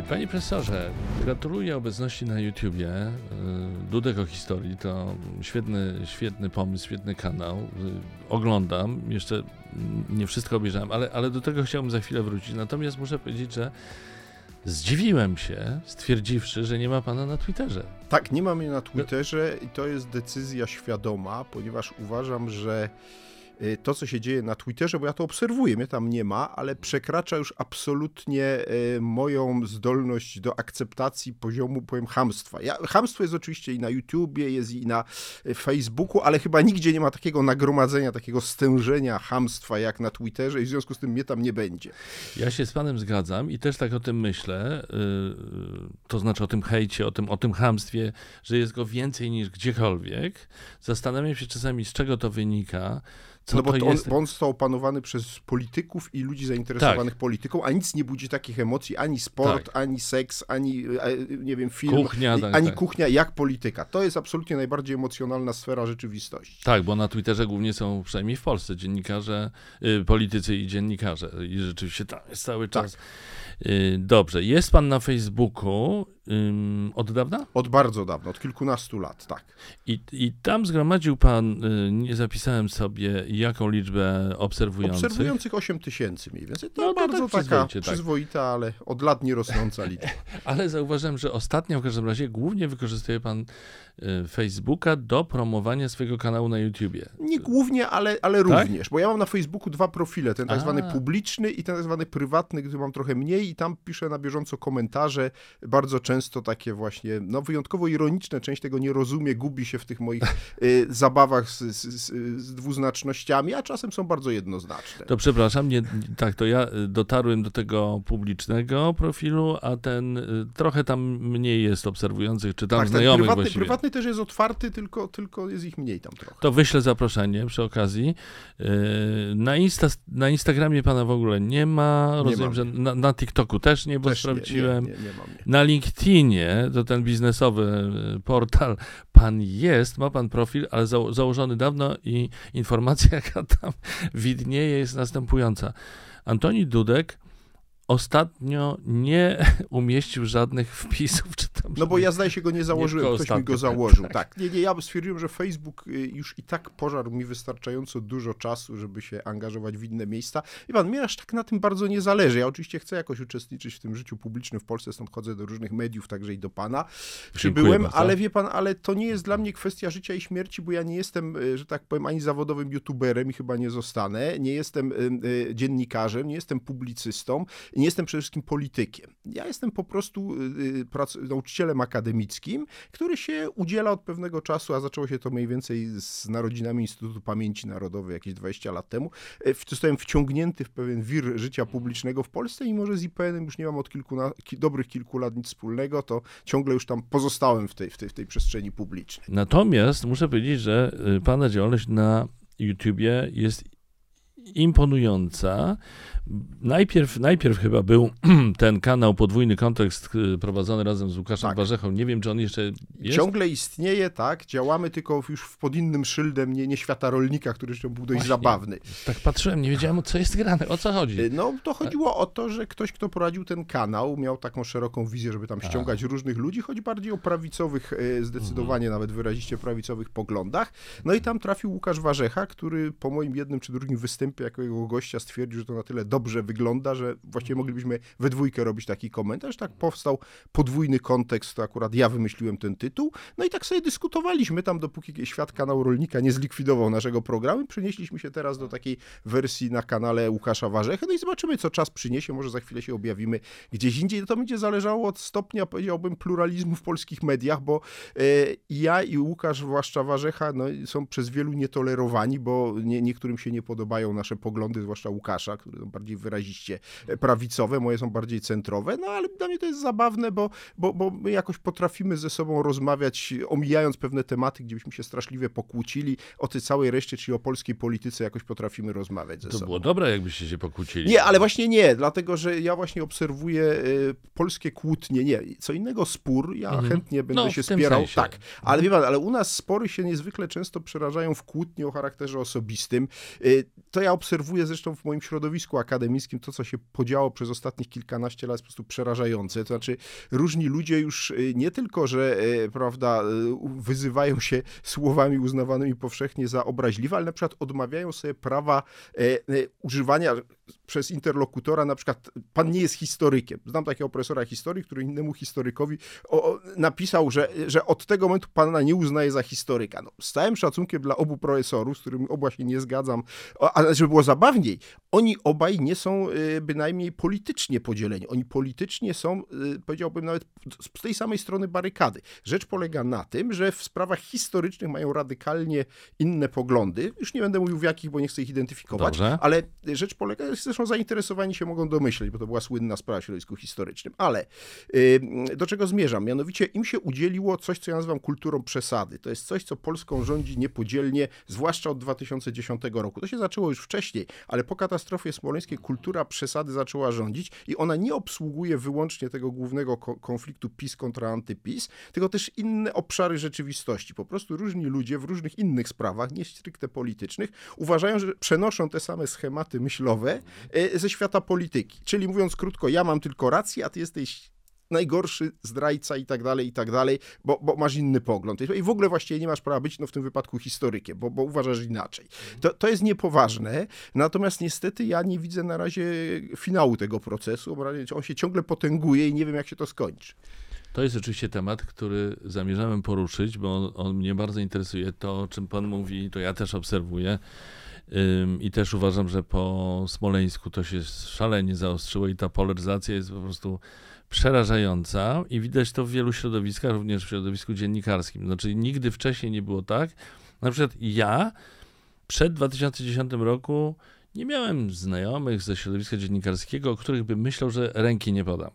Panie profesorze, gratuluję obecności na YouTubie. Dudek o historii to świetny pomysł, świetny kanał. Oglądam, jeszcze nie wszystko obejrzałem, ale do tego chciałbym za chwilę wrócić. Natomiast muszę powiedzieć, że zdziwiłem się, stwierdziwszy, że nie ma pana na Twitterze. Tak, nie ma mnie na Twitterze i to jest decyzja świadoma, ponieważ uważam, że to, co się dzieje na Twitterze, bo ja to obserwuję, mnie tam nie ma, ale przekracza już absolutnie moją zdolność do akceptacji poziomu, powiem, chamstwa. Chamstwo jest oczywiście i na YouTubie, jest i na Facebooku, ale chyba nigdzie nie ma takiego nagromadzenia, takiego stężenia chamstwa jak na Twitterze i w związku z tym mnie tam nie będzie. Ja się z panem zgadzam i też tak o tym myślę, to znaczy o tym hejcie, o tym chamstwie, że jest go więcej niż gdziekolwiek. Zastanawiam się czasami, z czego to wynika. No bo on został opanowany przez polityków i ludzi zainteresowanych polityką, a nic nie budzi takich emocji, ani sport, ani seks, ani, nie wiem, film, kuchnia, kuchnia, jak polityka. To jest absolutnie najbardziej emocjonalna sfera rzeczywistości. Tak, bo na Twitterze głównie są, przynajmniej w Polsce, dziennikarze, politycy i dziennikarze. I rzeczywiście tam jest cały czas. Tak. Dobrze, jest pan na Facebooku od dawna? Od bardzo dawna, od kilkunastu lat, tak. I tam zgromadził pan, nie zapisałem sobie, jaką liczbę obserwujących? Obserwujących 8 000 mniej więcej. To bardzo tak taka przyzwoita, ale od lat nie rosnąca liczba. Ale zauważyłem, że ostatnio w każdym razie głównie wykorzystuje pan Facebooka do promowania swojego kanału na YouTubie. Nie głównie, ale również, bo ja mam na Facebooku dwa profile, ten tak zwany publiczny i ten tak zwany prywatny, który mam trochę mniej i tam piszę na bieżąco komentarze, bardzo często takie właśnie, wyjątkowo ironiczne, część tego nie rozumie, gubi się w tych moich zabawach z dwuznacznościami, a czasem są bardzo jednoznaczne. To przepraszam, to ja dotarłem do tego publicznego profilu, a ten trochę tam mniej jest obserwujących, czy tam znajomych właściwie. Prywatny też jest otwarty, tylko jest ich mniej tam trochę. To wyślę zaproszenie przy okazji. Na Instagramie pana w ogóle nie ma. Rozumiem, że na TikToku też nie, bo sprawdziłem. Nie mam. Na LinkedInie, to ten biznesowy portal, pan jest, ma pan profil, ale założony dawno i informacja, jaka tam widnieje, jest następująca. Antoni Dudek ostatnio nie umieścił żadnych wpisów. Czy tam bo ja zdaje się go nie założyłem, ktoś mi go założył. Tak. Nie, ja stwierdziłem, że Facebook już i tak pożarł mi wystarczająco dużo czasu, żeby się angażować w inne miejsca. I pan, mnie aż tak na tym bardzo nie zależy. Ja oczywiście chcę jakoś uczestniczyć w tym życiu publicznym w Polsce, stąd chodzę do różnych mediów, także i do pana. Przybyłem, ale wie pan, ale to nie jest dla mnie kwestia życia i śmierci, bo ja nie jestem, że tak powiem, ani zawodowym youtuberem i chyba nie zostanę, nie jestem dziennikarzem, nie jestem publicystą, nie jestem przede wszystkim politykiem. Ja jestem po prostu nauczycielem akademickim, który się udziela od pewnego czasu, a zaczęło się to mniej więcej z narodzinami Instytutu Pamięci Narodowej jakieś 20 lat temu. Zostałem wciągnięty w pewien wir życia publicznego w Polsce i może z IPN-em już nie mam od dobrych kilku lat nic wspólnego, to ciągle już tam pozostałem w tej przestrzeni publicznej. Natomiast muszę powiedzieć, że pana działalność na YouTubie jest imponująca. Najpierw chyba był ten kanał Podwójny Kontekst prowadzony razem z Łukaszem Warzechą. Nie wiem, czy on jeszcze jest. Ciągle istnieje, tak. Działamy tylko już pod innym szyldem, nie Świata Rolnika, który jeszcze był dość zabawny. Tak patrzyłem, nie wiedziałem, co jest grane, o co chodzi. To chodziło o to, że ktoś, kto prowadził ten kanał, miał taką szeroką wizję, żeby tam ściągać różnych ludzi, choć bardziej o prawicowych, zdecydowanie nawet wyraziście prawicowych poglądach. No i tam trafił Łukasz Warzecha, który po moim jednym czy drugim występie jako jego gościa stwierdził, że to na tyle dobrze wygląda, że właściwie moglibyśmy we dwójkę robić taki komentarz. Tak powstał Podwójny Kontekst, to akurat ja wymyśliłem ten tytuł. No i tak sobie dyskutowaliśmy tam, dopóki Świat Kanał Rolnika nie zlikwidował naszego programu. Przenieśliśmy się teraz do takiej wersji na kanale Łukasza Warzechy. No i zobaczymy, co czas przyniesie. Może za chwilę się objawimy gdzieś indziej. To będzie zależało od stopnia, powiedziałbym, pluralizmu w polskich mediach, bo ja i Łukasz, zwłaszcza Warzecha, są przez wielu nietolerowani, bo niektórym się nie podobają nasze poglądy, zwłaszcza Łukasza, które są bardziej wyraziście prawicowe, moje są bardziej centrowe, ale dla mnie to jest zabawne, bo my jakoś potrafimy ze sobą rozmawiać, omijając pewne tematy, gdzie byśmy się straszliwie pokłócili, o tej całej reszcie, czyli o polskiej polityce jakoś potrafimy rozmawiać ze sobą. To było dobre, jakbyście się pokłócili. Nie, ale właśnie nie, dlatego, że ja właśnie obserwuję polskie kłótnie, nie, co innego spór, ja chętnie będę się spierał, tak, ale wie pan, ale u nas spory się niezwykle często przerażają w kłótnie o charakterze osobistym. To ja obserwuję zresztą w moim środowisku akademickim to, co się podziało przez ostatnich kilkanaście lat, jest po prostu przerażające. To znaczy różni ludzie już nie tylko, że prawda, wyzywają się słowami uznawanymi powszechnie za obraźliwe, ale na przykład odmawiają sobie prawa używania przez interlokutora, na przykład pan nie jest historykiem. Znam takiego profesora historii, który innemu historykowi napisał, że od tego momentu pana nie uznaje za historyka. No, z całym szacunkiem dla obu profesorów, z którymi oba się nie zgadzam, ale żeby było zabawniej, oni obaj nie są bynajmniej politycznie podzieleni. Oni politycznie są, powiedziałbym nawet, z tej samej strony barykady. Rzecz polega na tym, że w sprawach historycznych mają radykalnie inne poglądy. Już nie będę mówił w jakich, bo nie chcę ich identyfikować, Dobrze. ale rzecz polega, zresztą zainteresowani się mogą domyśleć, bo to była słynna sprawa w środowisku historycznym. Ale do czego zmierzam? Mianowicie im się udzieliło coś, co ja nazywam kulturą przesady. To jest coś, co Polską rządzi niepodzielnie, zwłaszcza od 2010 roku. To się zaczęło już wcześniej, ale po katastrofie smoleńskiej kultura przesady zaczęła rządzić i ona nie obsługuje wyłącznie tego głównego konfliktu PiS kontra antyPiS, tylko też inne obszary rzeczywistości. Po prostu różni ludzie w różnych innych sprawach, nie stricte politycznych, uważają, że przenoszą te same schematy myślowe ze świata polityki. Czyli mówiąc krótko, ja mam tylko rację, a ty jesteś najgorszy zdrajca i tak dalej, bo masz inny pogląd. I w ogóle właściwie nie masz prawa być, w tym wypadku historykiem, bo uważasz inaczej. To jest niepoważne, natomiast niestety ja nie widzę na razie finału tego procesu. On się ciągle potęguje i nie wiem, jak się to skończy. To jest oczywiście temat, który zamierzałem poruszyć, bo on mnie bardzo interesuje. To, o czym pan mówi, to ja też obserwuję. I też uważam, że po Smoleńsku to się szalenie zaostrzyło i ta polaryzacja jest po prostu przerażająca i widać to w wielu środowiskach, również w środowisku dziennikarskim. Znaczy nigdy wcześniej nie było tak. Na przykład ja przed 2010 roku nie miałem znajomych ze środowiska dziennikarskiego, o których bym myślał, że ręki nie podam.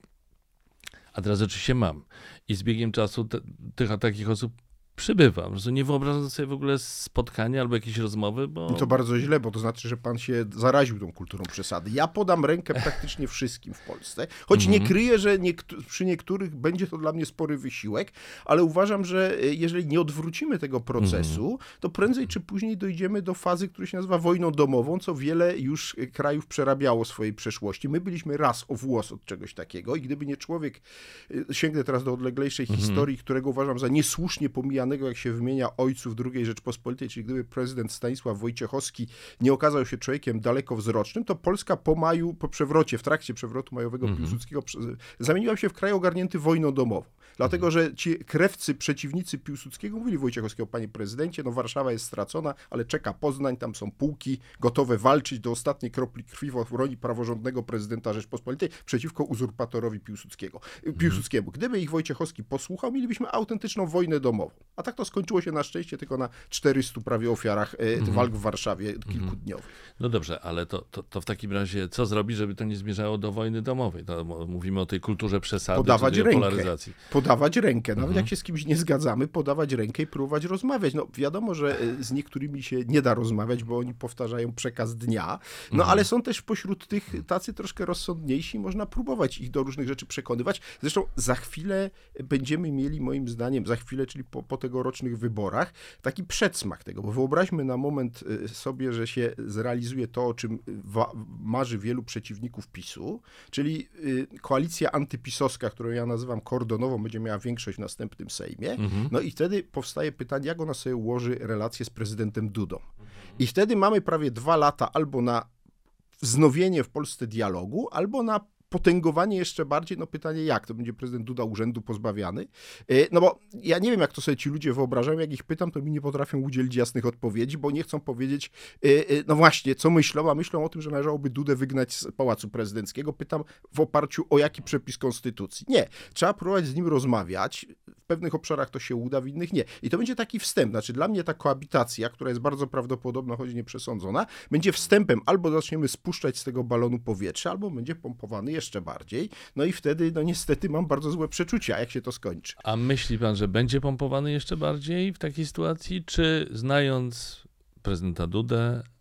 A teraz oczywiście mam. I z biegiem czasu takich osób przybywa. Po prostu nie wyobrażam sobie w ogóle spotkania albo jakiejś rozmowy, bo... I to bardzo źle, bo to znaczy, że pan się zaraził tą kulturą przesady. Ja podam rękę praktycznie wszystkim w Polsce, choć nie kryję, że przy niektórych będzie to dla mnie spory wysiłek, ale uważam, że jeżeli nie odwrócimy tego procesu, to prędzej czy później dojdziemy do fazy, która się nazywa wojną domową, co wiele już krajów przerabiało w swojej przeszłości. My byliśmy raz o włos od czegoś takiego i gdyby nie człowiek, sięgnę teraz do odleglejszej historii, którego uważam za niesłusznie pomijanego, jak się wymienia ojców II Rzeczpospolitej, czyli gdyby prezydent Stanisław Wojciechowski nie okazał się człowiekiem dalekowzrocznym, to Polska po maju, po przewrocie, w trakcie przewrotu majowego Piłsudskiego zamieniła się w kraj ogarnięty wojną domową. Dlatego, że ci krewcy, przeciwnicy Piłsudskiego mówili Wojciechowskiego: panie prezydencie, Warszawa jest stracona, ale czeka Poznań, tam są pułki gotowe walczyć do ostatniej kropli krwi w obronie praworządnego prezydenta Rzeczpospolitej przeciwko uzurpatorowi Piłsudskiemu. Gdyby ich Wojciechowski posłuchał, mielibyśmy autentyczną wojnę domową. A tak to skończyło się na szczęście tylko na 400 prawie ofiarach walk w Warszawie kilkudniowych. No dobrze, ale to w takim razie co zrobić, żeby to nie zmierzało do wojny domowej? To mówimy o tej kulturze przesady, podawać czy rękę. Polaryzacji. Podawać rękę. Nawet jak się z kimś nie zgadzamy, podawać rękę i próbować rozmawiać. No wiadomo, że z niektórymi się nie da rozmawiać, bo oni powtarzają przekaz dnia. No ale są też pośród tych tacy troszkę rozsądniejsi, można próbować ich do różnych rzeczy przekonywać. Zresztą za chwilę będziemy mieli, moim zdaniem, czyli po tegorocznych wyborach, taki przedsmak tego, bo wyobraźmy na moment sobie, że się zrealizuje to, o czym marzy wielu przeciwników PiS-u, czyli koalicja antypisowska, którą ja nazywam kordonową, będzie miała większość w następnym Sejmie. No i wtedy powstaje pytanie, jak ona sobie ułoży relacje z prezydentem Dudą. I wtedy mamy prawie 2 lata albo na wznowienie w Polsce dialogu, albo na potęgowanie jeszcze bardziej, pytanie jak? To będzie prezydent Duda urzędu pozbawiany? No bo ja nie wiem, jak to sobie ci ludzie wyobrażają, jak ich pytam, to mi nie potrafią udzielić jasnych odpowiedzi, bo nie chcą powiedzieć, no właśnie, co myślą, a myślą o tym, że należałoby Dudę wygnać z Pałacu Prezydenckiego. Pytam w oparciu o jaki przepis konstytucji. Nie. Trzeba próbować z nim rozmawiać. W pewnych obszarach to się uda, w innych nie. I to będzie taki wstęp. Znaczy dla mnie ta koabitacja, która jest bardzo prawdopodobna, choć nieprzesądzona, będzie wstępem. Albo zaczniemy spuszczać z tego balonu powietrze, albo będzie pompowany jeszcze bardziej. No i wtedy, niestety mam bardzo złe przeczucia, jak się to skończy. A myśli pan, że będzie pompowany jeszcze bardziej w takiej sytuacji, czy znając prezydenta Dudę,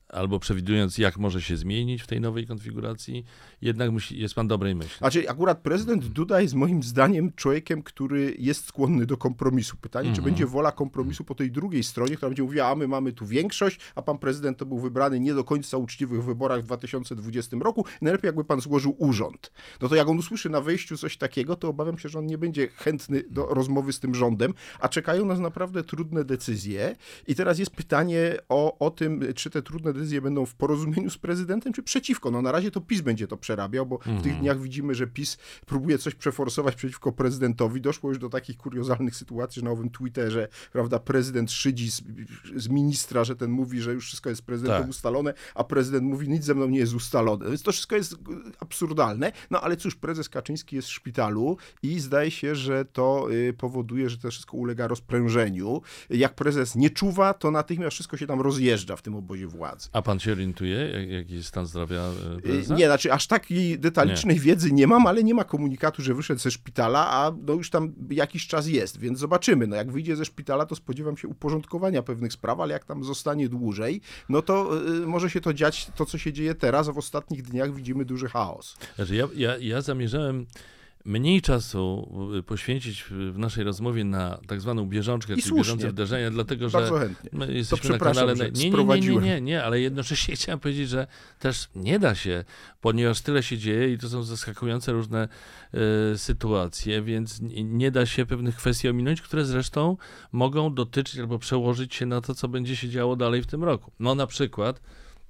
albo przewidując, jak może się zmienić w tej nowej konfiguracji, jednak jest pan dobrej myśli. Znaczy, akurat prezydent Duda jest moim zdaniem człowiekiem, który jest skłonny do kompromisu. Pytanie, czy będzie wola kompromisu po tej drugiej stronie, która będzie mówiła, a my mamy tu większość, a pan prezydent to był wybrany nie do końca uczciwych wyborach w 2020 roku. Najlepiej jakby pan złożył urząd. No to jak on usłyszy na wejściu coś takiego, to obawiam się, że on nie będzie chętny do rozmowy z tym rządem, a czekają nas naprawdę trudne decyzje. I teraz jest pytanie o tym, czy te trudne decyzje będą w porozumieniu z prezydentem, czy przeciwko. No na razie to PiS będzie to przerabiał, bo w tych dniach widzimy, że PiS próbuje coś przeforsować przeciwko prezydentowi. Doszło już do takich kuriozalnych sytuacji, że na owym Twitterze, prawda, prezydent szydzi z ministra, że ten mówi, że już wszystko jest prezydentem ustalone, a prezydent mówi, nic ze mną nie jest ustalone. Więc to wszystko jest absurdalne. No ale cóż, prezes Kaczyński jest w szpitalu i zdaje się, że to powoduje, że to wszystko ulega rozprężeniu. Jak prezes nie czuwa, to natychmiast wszystko się tam rozjeżdża w tym obozie władzy. A pan się orientuje, jaki jest stan zdrowia prezesa? Nie, znaczy aż takiej detalicznej wiedzy nie mam, ale nie ma komunikatu, że wyszedł ze szpitala, a no już tam jakiś czas jest, więc zobaczymy. No jak wyjdzie ze szpitala, to spodziewam się uporządkowania pewnych spraw, ale jak tam zostanie dłużej, no to może się to dziać, to co się dzieje teraz, a w ostatnich dniach widzimy duży chaos. Znaczy ja zamierzałem mniej czasu poświęcić w naszej rozmowie na tak zwaną bieżączkę, czyli bieżące wydarzenia, dlatego że my jesteśmy na kanale... Nie, ale jednocześnie chciałem powiedzieć, że też nie da się, ponieważ tyle się dzieje i to są zaskakujące różne sytuacje, więc nie da się pewnych kwestii ominąć, które zresztą mogą dotyczyć albo przełożyć się na to, co będzie się działo dalej w tym roku. No na przykład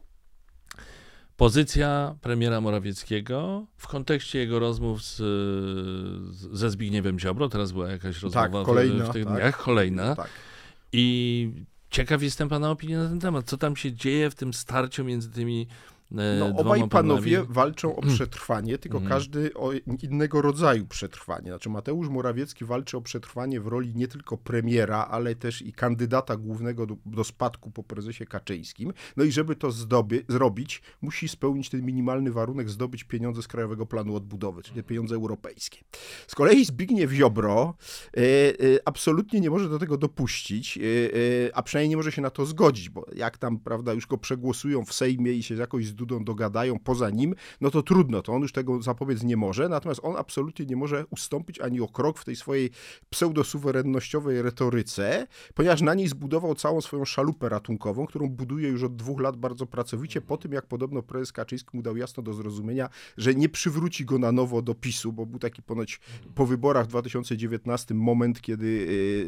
pozycja premiera Morawieckiego w kontekście jego rozmów ze Zbigniewem Ziobro, teraz była jakaś rozmowa w tych dniach, kolejna. Tak. I ciekaw jestem pana opinii na ten temat. Co tam się dzieje w tym starciu między tymi obaj panowie walczą o przetrwanie, tylko każdy o innego rodzaju przetrwanie. Znaczy Mateusz Morawiecki walczy o przetrwanie w roli nie tylko premiera, ale też i kandydata głównego do spadku po prezesie Kaczyńskim. No i żeby to zrobić, musi spełnić ten minimalny warunek, zdobyć pieniądze z Krajowego Planu Odbudowy, czyli pieniądze europejskie. Z kolei Zbigniew Ziobro absolutnie nie może do tego dopuścić, a przynajmniej nie może się na to zgodzić, bo jak tam, prawda, już go przegłosują w Sejmie i się jakoś z Dudą dogadają poza nim, no to trudno, to on już tego zapobiec nie może, natomiast on absolutnie nie może ustąpić ani o krok w tej swojej pseudosuwerennościowej retoryce, ponieważ na niej zbudował całą swoją szalupę ratunkową, którą buduje już od 2 lat bardzo pracowicie, po tym jak podobno prezes Kaczyński mu dał jasno do zrozumienia, że nie przywróci go na nowo do PiS-u, bo był taki ponoć po wyborach w 2019 moment, kiedy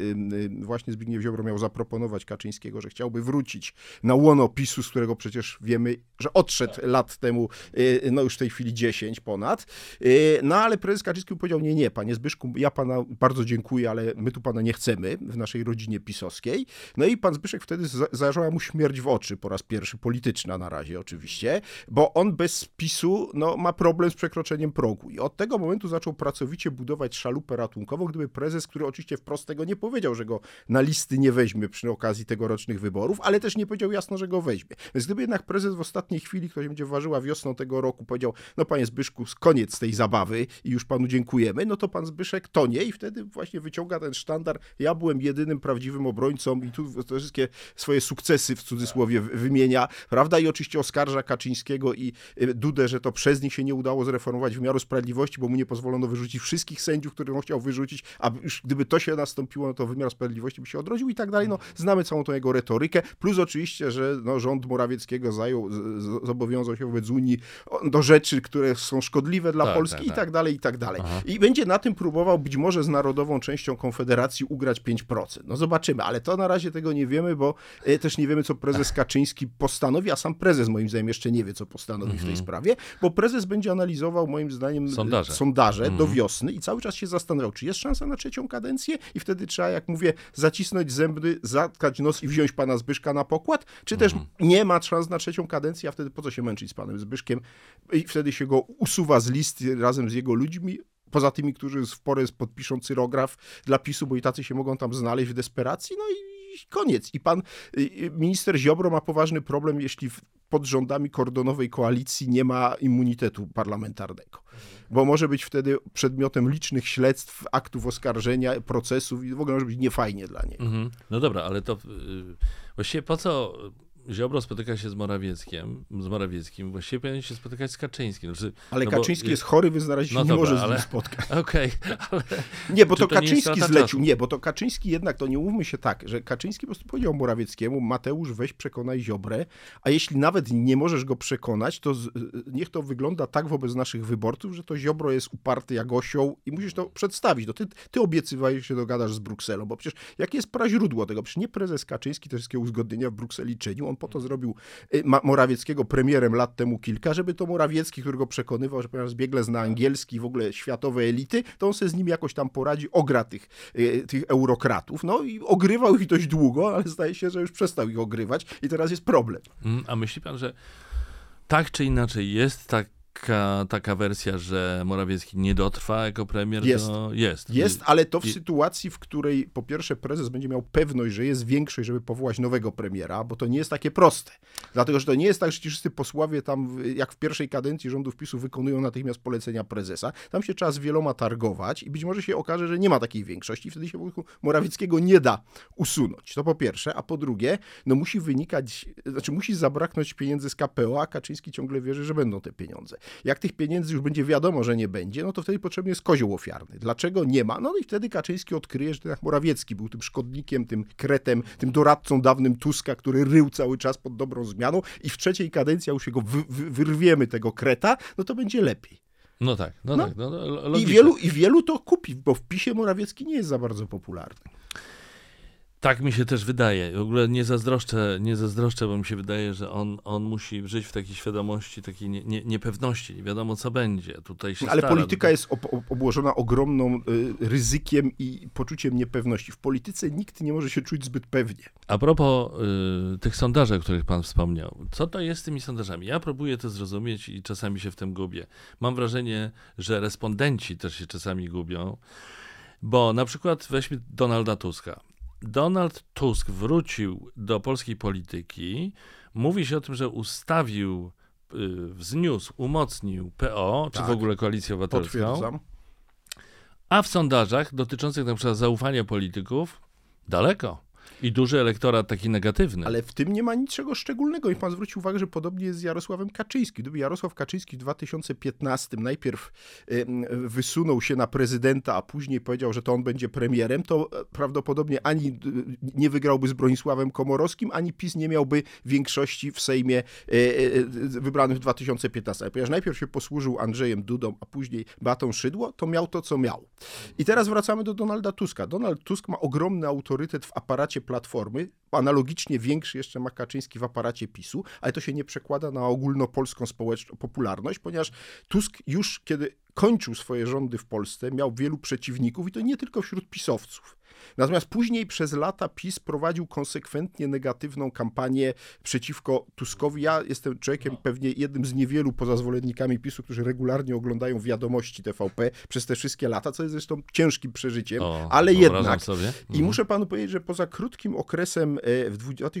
właśnie Zbigniew Ziobro miał zaproponować Kaczyńskiego, że chciałby wrócić na łono PiS-u, z którego przecież wiemy, że odszedł lat temu, no już w tej chwili 10 ponad. No ale prezes Kaczyński powiedział, nie, panie Zbyszku, ja pana bardzo dziękuję, ale my tu pana nie chcemy w naszej rodzinie pisowskiej. No i pan Zbyszek wtedy zażała mu śmierć w oczy, po raz pierwszy polityczna na razie oczywiście, bo on bez PiS-u no, ma problem z przekroczeniem progu. I od tego momentu zaczął pracowicie budować szalupę ratunkową, gdyby prezes, który oczywiście wprost tego nie powiedział, że go na listy nie weźmie przy okazji tegorocznych wyborów, ale też nie powiedział jasno, że go weźmie. Więc gdyby jednak prezes w ostatniej chwili, która się będzie ważyła wiosną tego roku, powiedział, no panie Zbyszku, koniec tej zabawy i już panu dziękujemy, no to pan Zbyszek tonie i wtedy właśnie wyciąga ten sztandar. Ja byłem jedynym prawdziwym obrońcą i tu te wszystkie swoje sukcesy w cudzysłowie wymienia, prawda? I oczywiście oskarża Kaczyńskiego i Dudę, że to przez nich się nie udało zreformować wymiaru sprawiedliwości, bo mu nie pozwolono wyrzucić wszystkich sędziów, których on chciał wyrzucić, a już gdyby to się nastąpiło, no to wymiar sprawiedliwości by się odrodził i tak dalej. No, znamy całą tą jego retorykę, plus oczywiście, że no, rząd Morawieckiego zobowiązał się wobec Unii do rzeczy, które są szkodliwe dla Polski i tak dalej, i tak dalej. Aha. I będzie na tym próbował być może z narodową częścią Konfederacji ugrać 5%. No zobaczymy, ale to na razie tego nie wiemy, bo też nie wiemy, co prezes Kaczyński postanowi, a sam prezes moim zdaniem jeszcze nie wie, co postanowi w tej sprawie, bo prezes będzie analizował moim zdaniem sondaże do wiosny i cały czas się zastanawiał, czy jest szansa na 3. kadencję i wtedy trzeba, jak mówię, zacisnąć zęby, zatkać nos i wziąć pana Zbyszka na pokład, czy też nie ma szans na 3. kadencję, a wtedy po co się męczyć z panem Zbyszkiem i wtedy się go usuwa z listy razem z jego ludźmi, poza tymi, którzy w porę podpiszą cyrograf dla PiS-u, bo i tacy się mogą tam znaleźć w desperacji, no i koniec. I pan minister Ziobro ma poważny problem, jeśli pod rządami kordonowej koalicji nie ma immunitetu parlamentarnego, bo może być wtedy przedmiotem licznych śledztw, aktów oskarżenia, procesów i w ogóle może być niefajnie dla niego. No dobra, ale to właściwie po co Ziobro spotyka się z Morawieckim, właściwie powinien się spotykać z Kaczyńskim. Znaczy, ale Kaczyński jest chory, więc na razie się nie może z nim spotkać. Okej, ale... Nie, bo to Kaczyński zlecił. Nie, bo to Kaczyński jednak, to nie umówmy się tak, że Kaczyński po prostu powiedział Morawieckiemu: Mateusz, weź przekonaj Ziobrę, a jeśli nawet nie możesz go przekonać, to niech to wygląda tak wobec naszych wyborców, że to Ziobro jest uparty jak osioł i musisz to przedstawić. To ty obiecywałeś, że się dogadasz z Brukselą, bo przecież jakie jest praźródło tego? Przecież nie prezes Kaczyński te wszystkie uzgodnienia w Brukseli czynił, on po to zrobił Morawieckiego premierem lat temu kilka, żeby to Morawiecki, który go przekonywał, że ponieważ biegle zna angielski, w ogóle światowe elity, to on sobie z nimi jakoś tam poradzi, ogra tych eurokratów. No i ogrywał ich dość długo, ale zdaje się, że już przestał ich ogrywać i teraz jest problem. A myśli pan, że tak czy inaczej jest taka wersja, że Morawiecki nie dotrwa jako premier? Jest, ale to w sytuacji, w której po pierwsze prezes będzie miał pewność, że jest większość, żeby powołać nowego premiera, bo to nie jest takie proste. Dlatego, że to nie jest tak, że ci wszyscy posłowie tam, jak w pierwszej kadencji rządów PiS-u, wykonują natychmiast polecenia prezesa. Tam się trzeba z wieloma targować i być może się okaże, że nie ma takiej większości i wtedy się Morawieckiego nie da usunąć. To po pierwsze, a po drugie, no musi zabraknąć pieniędzy z KPO, a Kaczyński ciągle wierzy, że będą te pieniądze. Jak tych pieniędzy już będzie wiadomo, że nie będzie, no to wtedy potrzebny jest kozioł ofiarny. Dlaczego nie ma? No i wtedy Kaczyński odkryje, że ten Morawiecki był tym szkodnikiem, tym kretem, tym doradcą dawnym Tuska, który rył cały czas pod dobrą zmianą i w trzeciej kadencji, jak już jego wyrwiemy tego kreta, no to będzie lepiej. No tak. I wielu to kupi, bo w PiS-ie Morawiecki nie jest za bardzo popularny. Tak mi się też wydaje. W ogóle nie zazdroszczę, bo mi się wydaje, że on musi żyć w takiej świadomości, takiej niepewności. Nie wiadomo, co będzie. Tutaj się ale polityka jest obłożona ogromną ryzykiem i poczuciem niepewności. W polityce nikt nie może się czuć zbyt pewnie. A propos tych sondaży, o których pan wspomniał. Co to jest z tymi sondażami? Ja próbuję to zrozumieć i czasami się w tym gubię. Mam wrażenie, że respondenci też się czasami gubią, bo na przykład weźmy Donalda Tuska. Donald Tusk wrócił do polskiej polityki. Mówi się o tym, że wzniósł, umocnił PO, czy w ogóle Koalicję Obywatelską. Potwierdzam. A w sondażach dotyczących na przykład zaufania polityków daleko. I duży elektorat taki negatywny. Ale w tym nie ma niczego szczególnego. I pan zwrócił uwagę, że podobnie jest z Jarosławem Kaczyńskim. Gdyby Jarosław Kaczyński w 2015 najpierw wysunął się na prezydenta, a później powiedział, że to on będzie premierem, to prawdopodobnie ani nie wygrałby z Bronisławem Komorowskim, ani PiS nie miałby większości w Sejmie wybranym w 2015. Ponieważ najpierw się posłużył Andrzejem Dudą, a później Beatą Szydło, to miał to, co miał. I teraz wracamy do Donalda Tuska. Donald Tusk ma ogromny autorytet w aparacie Platformy, analogicznie większy jeszcze ma Kaczyński w aparacie PiS-u, ale to się nie przekłada na ogólnopolską społeczną popularność, ponieważ Tusk już kiedy kończył swoje rządy w Polsce, miał wielu przeciwników i to nie tylko wśród pisowców. Natomiast później przez lata PiS prowadził konsekwentnie negatywną kampanię przeciwko Tuskowi. Ja jestem człowiekiem pewnie jednym z niewielu poza zwolennikami PiS-u, którzy regularnie oglądają Wiadomości TVP przez te wszystkie lata, co jest zresztą ciężkim przeżyciem, ale jednak. Sobie. I muszę panu powiedzieć, że poza krótkim okresem w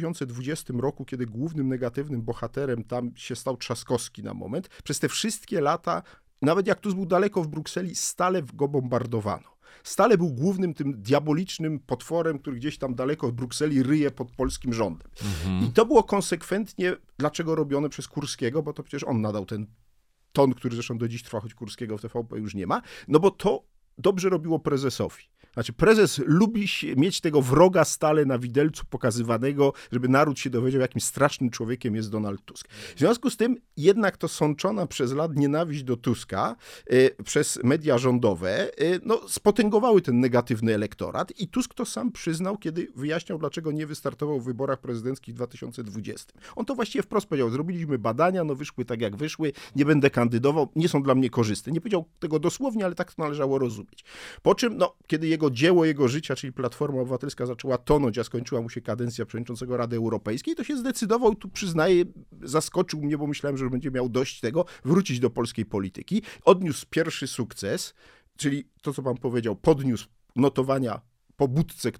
2020 roku, kiedy głównym negatywnym bohaterem tam się stał Trzaskowski na moment, przez te wszystkie lata, nawet jak Tusk był daleko w Brukseli, stale go bombardowano. Stale był głównym tym diabolicznym potworem, który gdzieś tam daleko od Brukseli ryje pod polskim rządem. I to było konsekwentnie, dlaczego robione przez Kurskiego, bo to przecież on nadał ten ton, który zresztą do dziś trwa, choć Kurskiego w TVP już nie ma, no bo to dobrze robiło prezesowi. Znaczy prezes lubi mieć tego wroga stale na widelcu pokazywanego, żeby naród się dowiedział, jakim strasznym człowiekiem jest Donald Tusk. W związku z tym jednak to sączona przez lat nienawiść do Tuska przez media rządowe spotęgowały ten negatywny elektorat i Tusk to sam przyznał, kiedy wyjaśniał, dlaczego nie wystartował w wyborach prezydenckich w 2020. On to właściwie wprost powiedział, zrobiliśmy badania, wyszły tak jak wyszły, nie będę kandydował, nie są dla mnie korzystne. Nie powiedział tego dosłownie, ale tak to należało rozumieć. Po czym, kiedy jego dzieło jego życia, czyli Platforma Obywatelska zaczęła tonąć, a skończyła mu się kadencja przewodniczącego Rady Europejskiej, to się zdecydował, tu przyznaję, zaskoczył mnie, bo myślałem, że będzie miał dość tego, wrócić do polskiej polityki. Odniósł pierwszy sukces, czyli to, co pan powiedział, podniósł notowania po Budce, który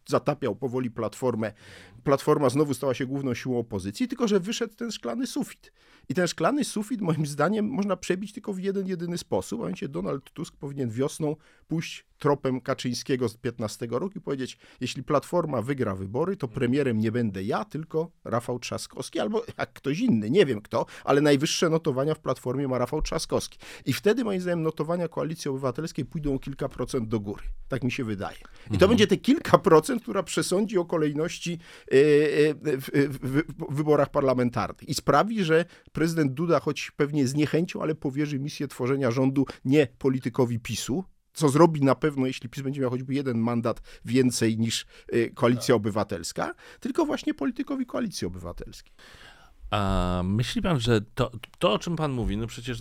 zatapiał powoli Platformę. Platforma znowu stała się główną siłą opozycji, tylko że wyszedł ten szklany sufit. I ten szklany sufit, moim zdaniem, można przebić tylko w jeden, jedyny sposób. A mianowicie Donald Tusk powinien wiosną pójść tropem Kaczyńskiego z 15 roku i powiedzieć, jeśli Platforma wygra wybory, to premierem nie będę ja, tylko Rafał Trzaskowski, albo jak ktoś inny, nie wiem kto, ale najwyższe notowania w Platformie ma Rafał Trzaskowski. I wtedy, moim zdaniem, notowania Koalicji Obywatelskiej pójdą o kilka procent do góry. Tak mi się wydaje. I to będzie te kilka procent, która przesądzi o kolejności w wyborach parlamentarnych i sprawi, że prezydent Duda, choć pewnie z niechęcią, ale powierzy misję tworzenia rządu nie politykowi PiS-u, co zrobi na pewno, jeśli PiS będzie miał choćby jeden mandat więcej niż Koalicja Obywatelska, tylko właśnie politykowi Koalicji Obywatelskiej. A myśli pan, że to o czym pan mówi, no przecież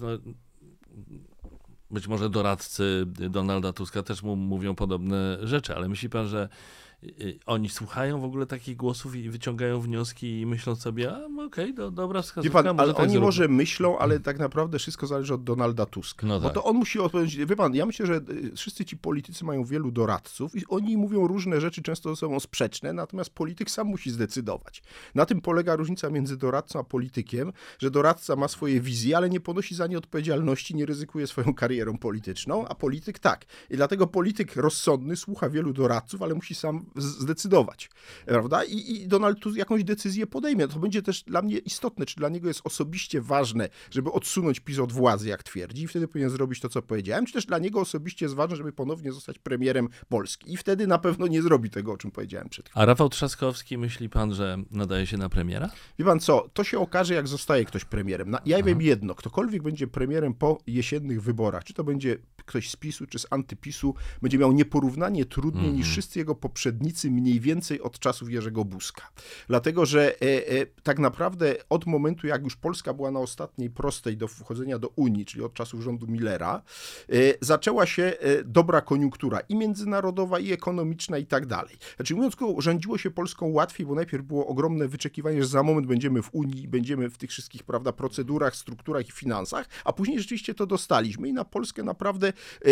być może doradcy Donalda Tuska też mu mówią podobne rzeczy, ale myśli pan, że oni słuchają w ogóle takich głosów i wyciągają wnioski i myślą sobie, okej, dobra wskazówka. Wie pan, ale oni może myślą, ale tak naprawdę wszystko zależy od Donalda Tuska. No tak. Bo to on musi odpowiedzieć. Wie pan, ja myślę, że wszyscy ci politycy mają wielu doradców i oni mówią różne rzeczy, często ze sobą sprzeczne, natomiast polityk sam musi zdecydować. Na tym polega różnica między doradcą a politykiem, że doradca ma swoje wizje, ale nie ponosi za nie odpowiedzialności, nie ryzykuje swoją karierą polityczną, a polityk tak. I dlatego polityk rozsądny słucha wielu doradców, ale musi sam zdecydować, prawda? I Donald Tusk jakąś decyzję podejmie. To będzie też dla mnie istotne, czy dla niego jest osobiście ważne, żeby odsunąć PiS od władzy, jak twierdzi, i wtedy powinien zrobić to, co powiedziałem, czy też dla niego osobiście jest ważne, żeby ponownie zostać premierem Polski. I wtedy na pewno nie zrobi tego, o czym powiedziałem przed chwilą. A Rafał Trzaskowski, myśli pan, że nadaje się na premiera? Wie pan co, to się okaże, jak zostaje ktoś premierem. Ja wiem jedno, ktokolwiek będzie premierem po jesiennych wyborach, czy to będzie ktoś z PiS-u, czy z antypisu, będzie miał nieporównanie trudniej niż wszyscy jego poprzednicy mniej więcej od czasów Jerzego Buzka. Dlatego, że tak naprawdę od momentu, jak już Polska była na ostatniej prostej do wchodzenia do Unii, czyli od czasów rządu Millera, zaczęła się dobra koniunktura i międzynarodowa, i ekonomiczna, i tak dalej. Znaczy, mówiąc krótko, rządziło się Polską łatwiej, bo najpierw było ogromne wyczekiwanie, że za moment będziemy w Unii, będziemy w tych wszystkich, prawda, procedurach, strukturach i finansach, a później rzeczywiście to dostaliśmy i na Polskę naprawdę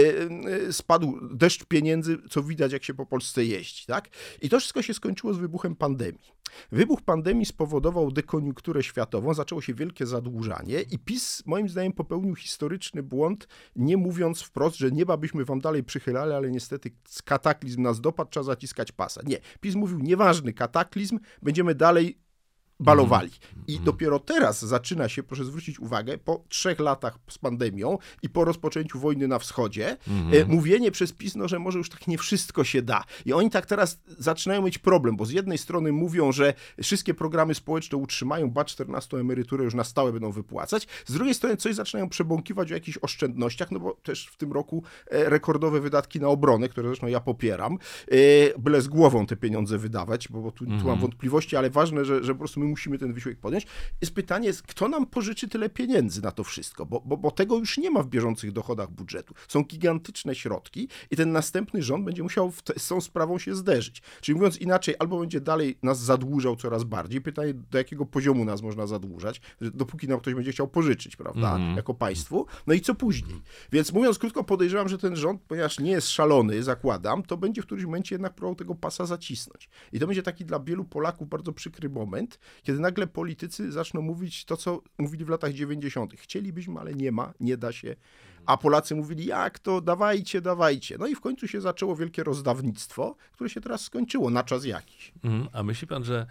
spadł deszcz pieniędzy, co widać, jak się po Polsce jeździ, tak? I to wszystko się skończyło z wybuchem pandemii. Wybuch pandemii spowodował dekoniunkturę światową, zaczęło się wielkie zadłużanie i PiS, moim zdaniem, popełnił historyczny błąd, nie mówiąc wprost, że nieba byśmy wam dalej przychylali, ale niestety kataklizm nas dopadł, trzeba zaciskać pasa. Nie. PiS mówił, nieważny kataklizm, będziemy dalej balowali. I dopiero teraz zaczyna się, proszę zwrócić uwagę, po 3 latach z pandemią i po rozpoczęciu wojny na wschodzie, mówienie przez PiS, że może już tak nie wszystko się da. I oni tak teraz zaczynają mieć problem, bo z jednej strony mówią, że wszystkie programy społeczne utrzymają, 14 emeryturę już na stałe będą wypłacać, z drugiej strony coś zaczynają przebąkiwać o jakichś oszczędnościach, no bo też w tym roku rekordowe wydatki na obronę, które zresztą ja popieram, byle z głową te pieniądze wydawać, bo tu mam wątpliwości, ale ważne, że po prostu my musimy ten wysiłek podjąć. Jest pytanie, kto nam pożyczy tyle pieniędzy na to wszystko, bo tego już nie ma w bieżących dochodach budżetu. Są gigantyczne środki i ten następny rząd będzie musiał z tą sprawą się zderzyć. Czyli mówiąc inaczej, albo będzie dalej nas zadłużał coraz bardziej, pytanie, do jakiego poziomu nas można zadłużać, dopóki nam ktoś będzie chciał pożyczyć, prawda, jako państwu, no i co później. Więc mówiąc krótko, podejrzewam, że ten rząd, ponieważ nie jest szalony, zakładam, to będzie w którymś momencie jednak próbował tego pasa zacisnąć. I to będzie taki dla wielu Polaków bardzo przykry moment, kiedy nagle politycy zaczną mówić to, co mówili w latach 90. Chcielibyśmy, ale nie da się. A Polacy mówili, jak to, dawajcie. No i w końcu się zaczęło wielkie rozdawnictwo, które się teraz skończyło na czas jakiś. A myśli pan, że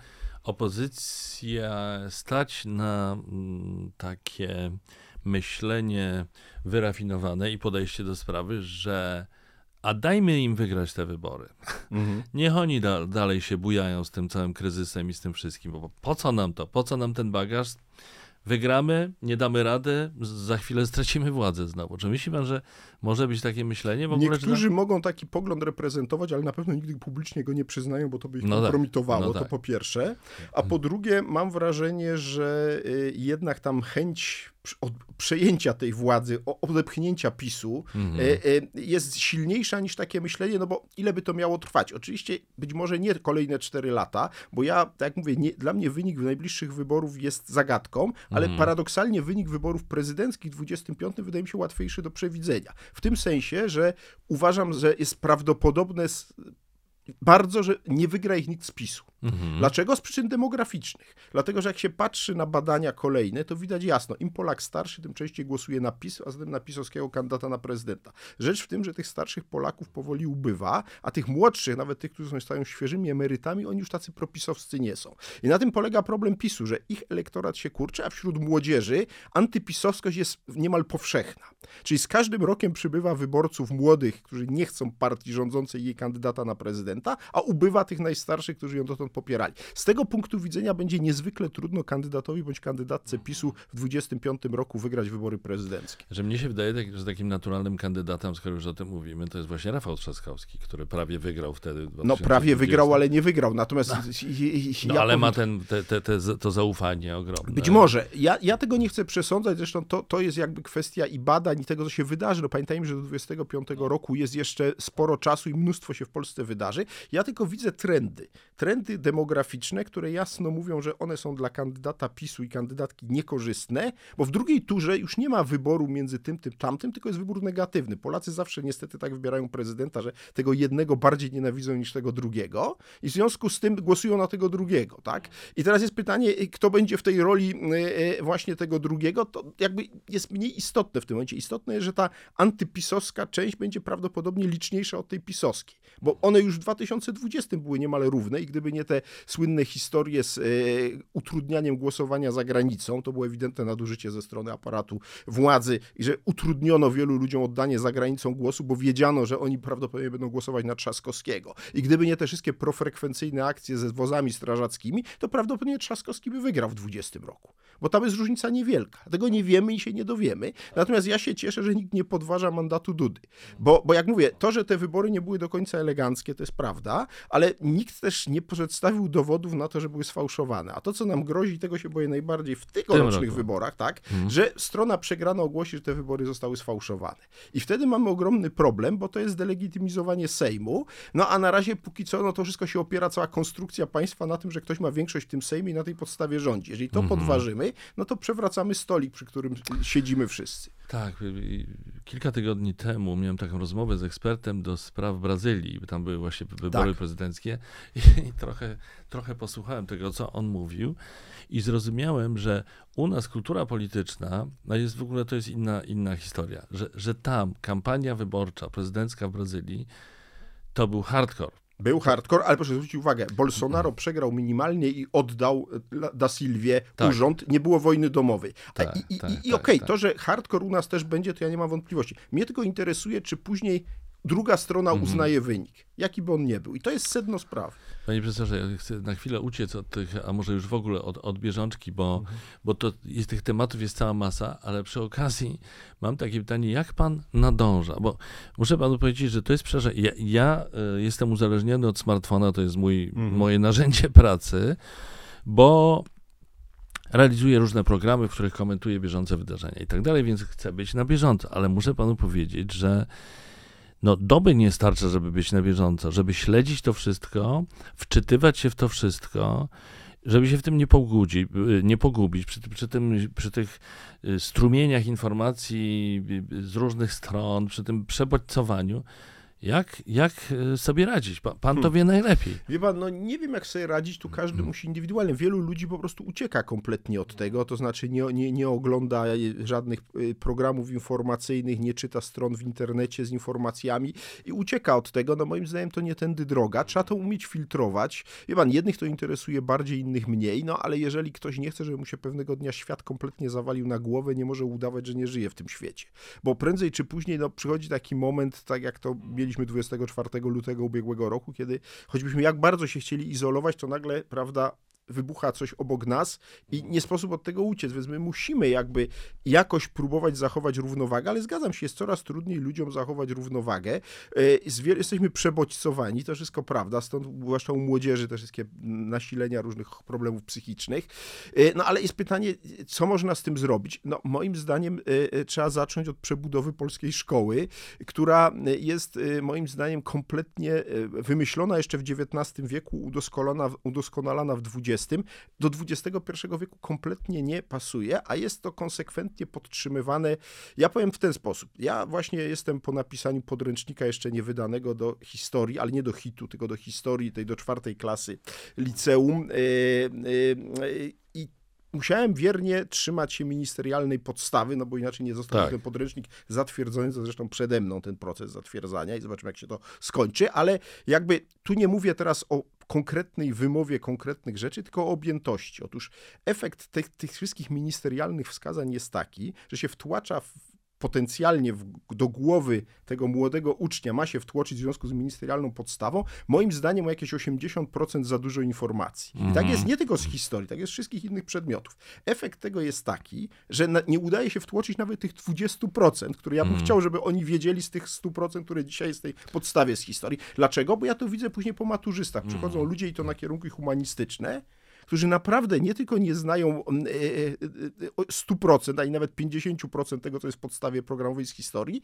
opozycja stać na takie myślenie wyrafinowane i podejście do sprawy, że a dajmy im wygrać te wybory. Niech oni dalej się bujają z tym całym kryzysem i z tym wszystkim, bo po co nam to? Po co nam ten bagaż? Wygramy, nie damy rady, za chwilę stracimy władzę znowu. Czy myśli pan, że może być takie myślenie? W ogóle, niektórzy mogą taki pogląd reprezentować, ale na pewno nigdy publicznie go nie przyznają, bo to by ich kompromitowało, to po pierwsze. A po drugie, mam wrażenie, że jednak tam chęć przejęcia tej władzy, odepchnięcia PiS-u jest silniejsza niż takie myślenie, no bo ile by to miało trwać? Oczywiście być może nie kolejne 4 lata, bo ja, tak jak mówię, dla mnie wynik najbliższych wyborów jest zagadką, ale paradoksalnie wynik wyborów prezydenckich 25 wydaje mi się łatwiejszy do przewidzenia. W tym sensie, że uważam, że jest prawdopodobne bardzo, że nie wygra ich nikt z PiS-u. Dlaczego? Z przyczyn demograficznych. Dlatego, że jak się patrzy na badania kolejne, to widać jasno, im Polak starszy, tym częściej głosuje na PiS, a zatem na pisowskiego kandydata na prezydenta. Rzecz w tym, że tych starszych Polaków powoli ubywa, a tych młodszych, nawet tych, którzy stają świeżymi emerytami, oni już tacy propisowscy nie są. I na tym polega problem PiS-u, że ich elektorat się kurczy, a wśród młodzieży antypisowskość jest niemal powszechna. Czyli z każdym rokiem przybywa wyborców młodych, którzy nie chcą partii rządzącej i jej kandydata na prezydenta, a ubywa tych najstarszych, którzy ją dotąd popierali. Z tego punktu widzenia będzie niezwykle trudno kandydatowi bądź kandydatce PiS-u w 2025 roku wygrać wybory prezydenckie. Że mnie się wydaje, że takim naturalnym kandydatem, skoro już o tym mówimy, to jest właśnie Rafał Trzaskowski, który prawie wygrał wtedy. No prawie wygrał, ale nie wygrał. Natomiast ale ma to zaufanie ogromne. Być może. Ja tego nie chcę przesądzać, zresztą to jest jakby kwestia i badań i tego, co się wydarzy. No pamiętajmy, że do 2025 roku jest jeszcze sporo czasu i mnóstwo się w Polsce wydarzy. Ja tylko widzę trendy demograficzne, które jasno mówią, że one są dla kandydata PiS-u i kandydatki niekorzystne, bo w drugiej turze już nie ma wyboru między tym, tamtym, tylko jest wybór negatywny. Polacy zawsze niestety tak wybierają prezydenta, że tego jednego bardziej nienawidzą niż tego drugiego i w związku z tym głosują na tego drugiego, tak? I teraz jest pytanie, kto będzie w tej roli właśnie tego drugiego, to jakby jest mniej istotne w tym momencie. Istotne jest, że ta antypisowska część będzie prawdopodobnie liczniejsza od tej pisowskiej, bo one już w 2020 były niemal równe i gdyby nie te słynne historie z utrudnianiem głosowania za granicą, to było ewidentne nadużycie ze strony aparatu władzy i że utrudniono wielu ludziom oddanie za granicą głosu, bo wiedziano, że oni prawdopodobnie będą głosować na Trzaskowskiego. I gdyby nie te wszystkie profrekwencyjne akcje ze wozami strażackimi, to prawdopodobnie Trzaskowski by wygrał w 2020 roku, bo tam jest różnica niewielka. Tego nie wiemy i się nie dowiemy. Natomiast ja się cieszę, że nikt nie podważa mandatu Dudy. Bo jak mówię, to, że te wybory nie były do końca eleganckie, to jest prawda, ale nikt też nie przedstawił dowodów na to, że były sfałszowane. A to, co nam grozi, tego się boję najbardziej w tegorocznych wyborach, tak, że strona przegrana ogłosi, że te wybory zostały sfałszowane. I wtedy mamy ogromny problem, bo to jest delegitymizowanie Sejmu, no a na razie póki co, no to wszystko się opiera, cała konstrukcja państwa na tym, że ktoś ma większość w tym Sejmie i na tej podstawie rządzi. Jeżeli to podważymy, no to przewracamy stolik, przy którym siedzimy wszyscy. Tak, kilka tygodni temu miałem taką rozmowę z ekspertem do spraw Brazylii, bo tam były właśnie wybory prezydenckie i trochę posłuchałem tego, co on mówił i zrozumiałem, że u nas kultura polityczna, no jest w ogóle to jest inna historia, że tam kampania wyborcza prezydencka w Brazylii to był hardcore. Był hardcore, ale proszę zwrócić uwagę, Bolsonaro przegrał minimalnie i oddał Da Silvie urząd, nie było wojny domowej. To, że hardcore u nas też będzie, to ja nie mam wątpliwości. Mnie tylko interesuje, czy później druga strona uznaje wynik, jaki by on nie był. I to jest sedno sprawy. Panie profesorze, ja chcę na chwilę uciec od tych, a może już w ogóle od bieżączki, bo to jest, tych tematów jest cała masa, ale przy okazji mam takie pytanie, jak pan nadąża? Bo muszę panu powiedzieć, że to jest ja jestem uzależniony od smartfona, to jest moje narzędzie pracy, bo realizuję różne programy, w których komentuję bieżące wydarzenia i tak dalej, więc chcę być na bieżąco, ale muszę panu powiedzieć, że doby nie starcza, żeby być na bieżąco, żeby śledzić to wszystko, wczytywać się w to wszystko, żeby się w tym nie pogubić przy tych strumieniach informacji z różnych stron, przy tym przebodźcowaniu. Jak sobie radzić? Pan to wie najlepiej. Wie pan, nie wiem jak sobie radzić, tu każdy musi indywidualnie. Wielu ludzi po prostu ucieka kompletnie od tego, to znaczy nie ogląda żadnych programów informacyjnych, nie czyta stron w internecie z informacjami i ucieka od tego. Moim zdaniem to nie tędy droga. Trzeba to umieć filtrować. Wie pan, jednych to interesuje bardziej, innych mniej, ale jeżeli ktoś nie chce, żeby mu się pewnego dnia świat kompletnie zawalił na głowę, nie może udawać, że nie żyje w tym świecie. Bo prędzej czy później przychodzi taki moment, tak jak to mieliśmy 24 lutego ubiegłego roku, kiedy choćbyśmy jak bardzo się chcieli izolować, to nagle, prawda, wybucha coś obok nas i nie sposób od tego uciec, więc my musimy jakby jakoś próbować zachować równowagę, ale zgadzam się, jest coraz trudniej ludziom zachować równowagę. Jesteśmy przebodźcowani, to wszystko prawda, stąd zwłaszcza u młodzieży te wszystkie nasilenia różnych problemów psychicznych. Ale jest pytanie, co można z tym zrobić? Moim zdaniem trzeba zacząć od przebudowy polskiej szkoły, która jest moim zdaniem kompletnie wymyślona jeszcze w XIX wieku, udoskonalana w XX XX do XXI wieku kompletnie nie pasuje, a jest to konsekwentnie podtrzymywane. Ja powiem w ten sposób. Ja właśnie jestem po napisaniu podręcznika jeszcze nie wydanego do historii, ale nie do HIT-u, tylko do historii, tej do 4. klasy liceum. I musiałem wiernie trzymać się ministerialnej podstawy, no bo inaczej nie został ten podręcznik zatwierdzony, to zresztą przede mną ten proces zatwierdzania i zobaczymy, jak się to skończy, ale jakby tu nie mówię teraz o konkretnej wymowie konkretnych rzeczy, tylko o objętości. Otóż efekt tych wszystkich ministerialnych wskazań jest taki, że się wtłacza potencjalnie do głowy tego młodego ucznia ma się wtłoczyć w związku z ministerialną podstawą, moim zdaniem o jakieś 80% za dużo informacji. I tak jest nie tylko z historii, tak jest z wszystkich innych przedmiotów. Efekt tego jest taki, że nie udaje się wtłoczyć nawet tych 20%, które ja bym chciał, żeby oni wiedzieli z tych 100%, które dzisiaj jest w tej podstawie z historii. Dlaczego? Bo ja to widzę później po maturzystach. Przychodzą ludzie i to na kierunki humanistyczne, którzy naprawdę nie tylko nie znają 100%, ani nawet 50% tego, co jest w podstawie programowej z historii,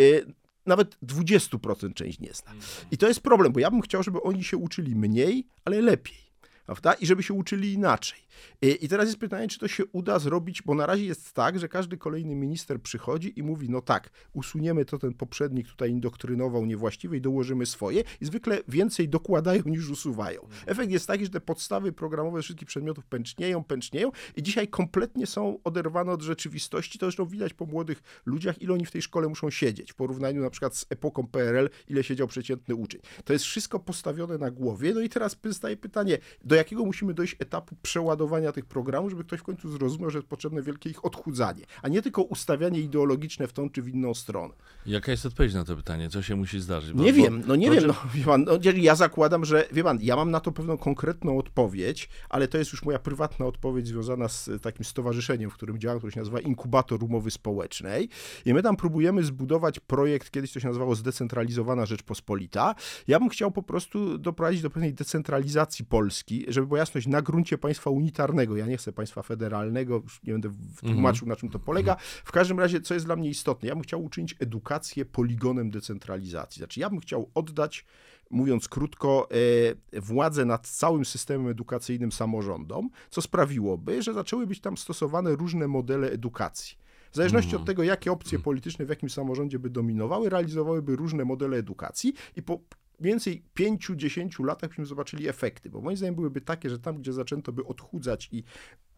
nawet 20% część nie zna. I to jest problem, bo ja bym chciał, żeby oni się uczyli mniej, ale lepiej. Prawda? I żeby się uczyli inaczej. I teraz jest pytanie, czy to się uda zrobić, bo na razie jest tak, że każdy kolejny minister przychodzi i mówi, no tak, usuniemy to, ten poprzednik tutaj indoktrynował niewłaściwie i dołożymy swoje i zwykle więcej dokładają niż usuwają. Efekt jest taki, że te podstawy programowe wszystkich przedmiotów pęcznieją i dzisiaj kompletnie są oderwane od rzeczywistości. To zresztą widać po młodych ludziach, ile oni w tej szkole muszą siedzieć. W porównaniu na przykład z epoką PRL, ile siedział przeciętny uczeń. To jest wszystko postawione na głowie. No i teraz zostaje pytanie, do jakiego musimy dojść etapu przeładowania tych programów, żeby ktoś w końcu zrozumiał, że jest potrzebne wielkie ich odchudzanie, a nie tylko ustawianie ideologiczne w tą czy w inną stronę. Jaka jest odpowiedź na to pytanie? Co się musi zdarzyć? Nie wiem. Wie pan, ja zakładam, że, wie pan, ja mam na to pewną konkretną odpowiedź, ale to jest już moja prywatna odpowiedź związana z takim stowarzyszeniem, w którym działam, które się nazywa Inkubator Umowy Społecznej i my tam próbujemy zbudować projekt, kiedyś to się nazywało Zdecentralizowana Rzeczpospolita. Ja bym chciał po prostu doprowadzić do pewnej decentralizacji Polski, żeby była jasność, na gruncie państwa unitarnego. Ja nie chcę państwa federalnego, już nie będę tłumaczył, na czym to polega. W każdym razie, co jest dla mnie istotne, ja bym chciał uczynić edukację poligonem decentralizacji. Znaczy, ja bym chciał oddać, mówiąc krótko, władzę nad całym systemem edukacyjnym samorządom, co sprawiłoby, że zaczęły być tam stosowane różne modele edukacji. W zależności od tego, jakie opcje polityczne w jakim samorządzie by dominowały, realizowałyby różne modele edukacji i po mniej więcej 5-10 latach byśmy zobaczyli efekty, bo moim zdaniem byłyby takie, że tam, gdzie zaczęto by odchudzać i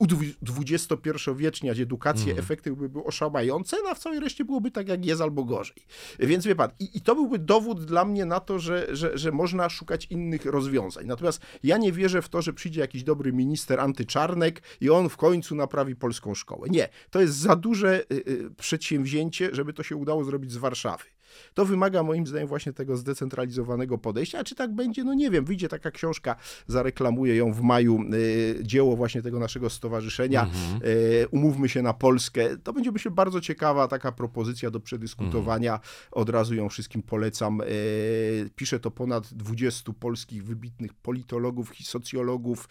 XXI-wieczniać edukację, efekty byłyby oszałamiające, no a w całej reszcie byłoby tak, jak jest, albo gorzej. Więc wie pan, i to byłby dowód dla mnie na to, że można szukać innych rozwiązań. Natomiast ja nie wierzę w to, że przyjdzie jakiś dobry minister antyczarnek i on w końcu naprawi polską szkołę. Nie, to jest za duże przedsięwzięcie, żeby to się udało zrobić z Warszawy. To wymaga moim zdaniem właśnie tego zdecentralizowanego podejścia, a czy tak będzie, no nie wiem, wyjdzie taka książka, zareklamuję ją w maju, dzieło właśnie tego naszego stowarzyszenia, Umówmy się na Polskę, to będzie, myślę, bardzo ciekawa taka propozycja do przedyskutowania, od razu ją wszystkim polecam, pisze to ponad 20 polskich wybitnych politologów, socjologów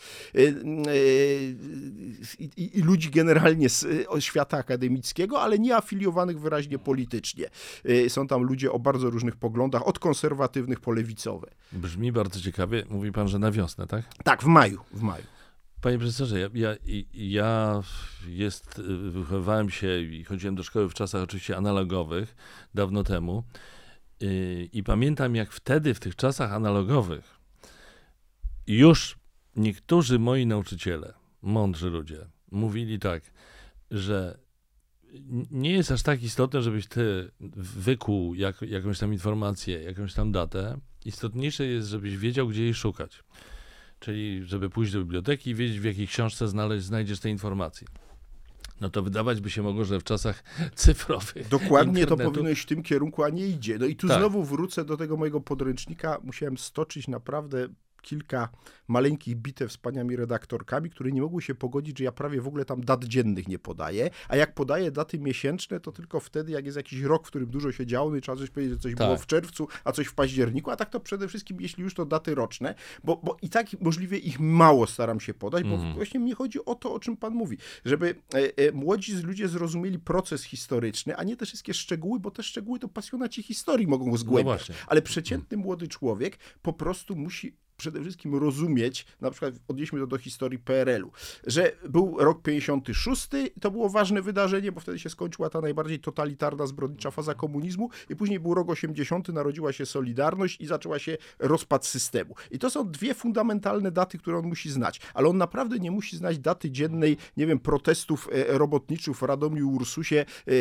i ludzi generalnie z świata akademickiego, ale nie afiliowanych wyraźnie politycznie. Są tam ludzie o bardzo różnych poglądach, od konserwatywnych po lewicowe. Brzmi bardzo ciekawie. Mówi pan, że na wiosnę, tak? Tak, w maju. Panie profesorze, ja wychowywałem się i chodziłem do szkoły w czasach oczywiście analogowych, dawno temu i pamiętam, jak wtedy w tych czasach analogowych już niektórzy moi nauczyciele, mądrzy ludzie, mówili tak, że nie jest aż tak istotne, żebyś ty wykuł jakąś tam informację, jakąś tam datę. Istotniejsze jest, żebyś wiedział, gdzie jej szukać. Czyli żeby pójść do biblioteki i wiedzieć, w jakiej książce znajdziesz te informacje. No to wydawać by się mogło, że w czasach cyfrowych dokładnie internetu... to powinno iść w tym kierunku, a nie idzie. No i tu znowu wrócę do tego mojego podręcznika. Musiałem stoczyć naprawdę kilka maleńkich bitew z paniami redaktorkami, które nie mogły się pogodzić, że ja prawie w ogóle tam dat dziennych nie podaję, a jak podaję daty miesięczne, to tylko wtedy, jak jest jakiś rok, w którym dużo się działo, no i trzeba coś powiedzieć, że coś było w czerwcu, a coś w październiku, a tak to przede wszystkim, jeśli już, to daty roczne, bo i tak możliwie ich mało staram się podać, bo właśnie mi chodzi o to, o czym pan mówi, żeby młodzi ludzie zrozumieli proces historyczny, a nie te wszystkie szczegóły, bo te szczegóły to pasjonaci historii mogą zgłębiać, ale przeciętny młody człowiek po prostu musi przede wszystkim rozumieć, na przykład odnieśmy to do historii PRL-u, że był rok 56, to było ważne wydarzenie, bo wtedy się skończyła ta najbardziej totalitarna, zbrodnicza faza komunizmu i później był rok 80, narodziła się Solidarność i zaczęła się rozpad systemu. I to są dwie fundamentalne daty, które on musi znać, ale on naprawdę nie musi znać daty dziennej, nie wiem, protestów robotniczych w Radomiu i Ursusie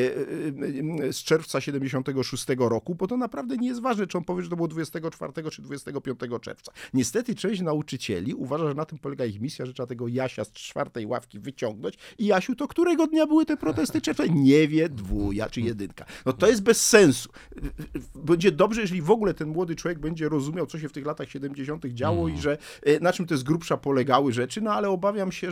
z czerwca 76 roku, bo to naprawdę nie jest ważne, czy on powie, że to było 24 czy 25 czerwca. Niestety część nauczycieli uważa, że na tym polega ich misja, że trzeba tego Jasia z 4. ławki wyciągnąć i Jasiu, to którego dnia były te protesty czerwca? Nie wie, 2 czy 1. No to jest bez sensu. Będzie dobrze, jeżeli w ogóle ten młody człowiek będzie rozumiał, co się w tych latach 70. działo i że na czym te z grubsza polegały rzeczy, no ale obawiam się,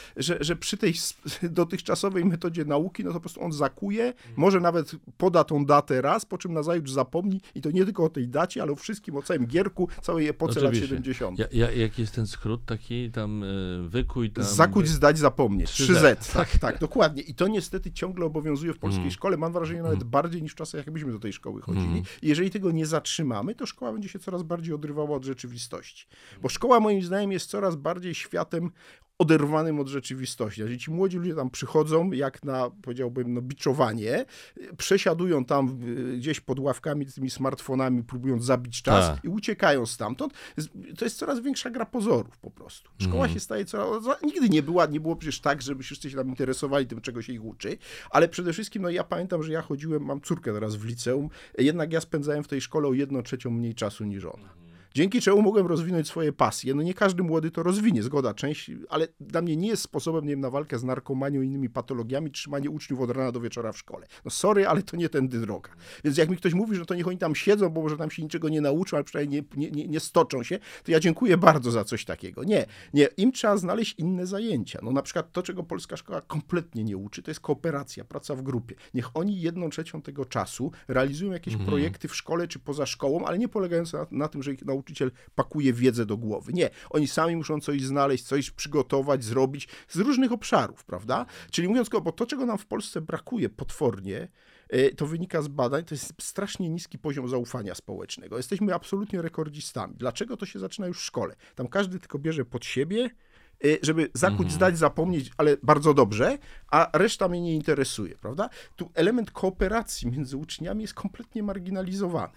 że przy tej dotychczasowej metodzie nauki, no to po prostu on zakuje, może nawet poda tą datę raz, po czym nazajutrz zapomni i to nie tylko o tej dacie, ale o wszystkim, o całym gierku, całej epoce lat 70. Jaki jest ten skrót taki tam wykuj? Tam... Zakuć, zdać, zapomnieć. 3Z. Tak, dokładnie. I to niestety ciągle obowiązuje w polskiej szkole. Mam wrażenie nawet bardziej niż w czasach, jak myśmy do tej szkoły chodzili. I jeżeli tego nie zatrzymamy, to szkoła będzie się coraz bardziej odrywała od rzeczywistości. Bo szkoła moim zdaniem jest coraz bardziej światem oderwanym od rzeczywistości. Jeżeli ci młodzi ludzie tam przychodzą, jak na, powiedziałbym, no, biczowanie, przesiadują tam gdzieś pod ławkami tymi smartfonami, próbując zabić czas i uciekają stamtąd, to jest coraz większa gra pozorów po prostu. Szkoła się staje coraz... Nigdy nie było przecież tak, żeby wszyscy się tam interesowali tym, czego się ich uczy, ale przede wszystkim, no ja pamiętam, że ja chodziłem, mam córkę teraz w liceum, jednak ja spędzałem w tej szkole o 1/3 mniej czasu niż ona. Dzięki czemu mogłem rozwinąć swoje pasje. No nie każdy młody to rozwinie, zgoda, część, ale dla mnie nie jest sposobem, nie wiem, na walkę z narkomanią i innymi patologiami, trzymanie uczniów od rana do wieczora w szkole. No sorry, ale to nie tędy droga. Więc jak mi ktoś mówi, że to niech oni tam siedzą, bo może tam się niczego nie nauczą, ale przynajmniej nie stoczą się, to ja dziękuję bardzo za coś takiego. Nie, im trzeba znaleźć inne zajęcia. No na przykład to, czego polska szkoła kompletnie nie uczy, to jest kooperacja, praca w grupie. Niech oni 1/3 tego czasu realizują jakieś projekty w szkole czy poza szkołą, ale nie polegające na tym, że ich nauczyciel pakuje wiedzę do głowy. Nie. Oni sami muszą coś znaleźć, coś przygotować, zrobić z różnych obszarów, prawda? Czyli mówiąc bo to, czego nam w Polsce brakuje potwornie, to wynika z badań, to jest strasznie niski poziom zaufania społecznego. Jesteśmy absolutnie rekordzistami. Dlaczego to się zaczyna już w szkole? Tam każdy tylko bierze pod siebie, żeby zakuć, zdać, zapomnieć, ale bardzo dobrze, a reszta mnie nie interesuje, prawda? Tu element kooperacji między uczniami jest kompletnie marginalizowany.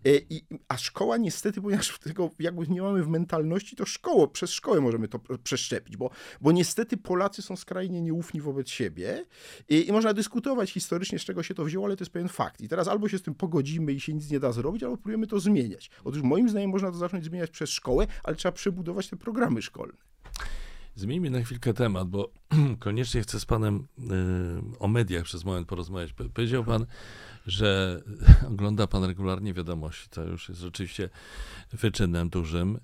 A szkoła niestety, ponieważ tego jakby nie mamy w mentalności, to przez szkołę możemy to przeszczepić, bo niestety Polacy są skrajnie nieufni wobec siebie i można dyskutować historycznie, z czego się to wzięło, ale to jest pewien fakt. I teraz albo się z tym pogodzimy i się nic nie da zrobić, albo próbujemy to zmieniać. Otóż moim zdaniem można to zacząć zmieniać przez szkołę, ale trzeba przebudować te programy szkolne. Zmieńmy na chwilkę temat, bo koniecznie chcę z panem o mediach przez moment porozmawiać. Powiedział pan, że ogląda pan regularnie wiadomości. To już jest rzeczywiście wyczynem dużym.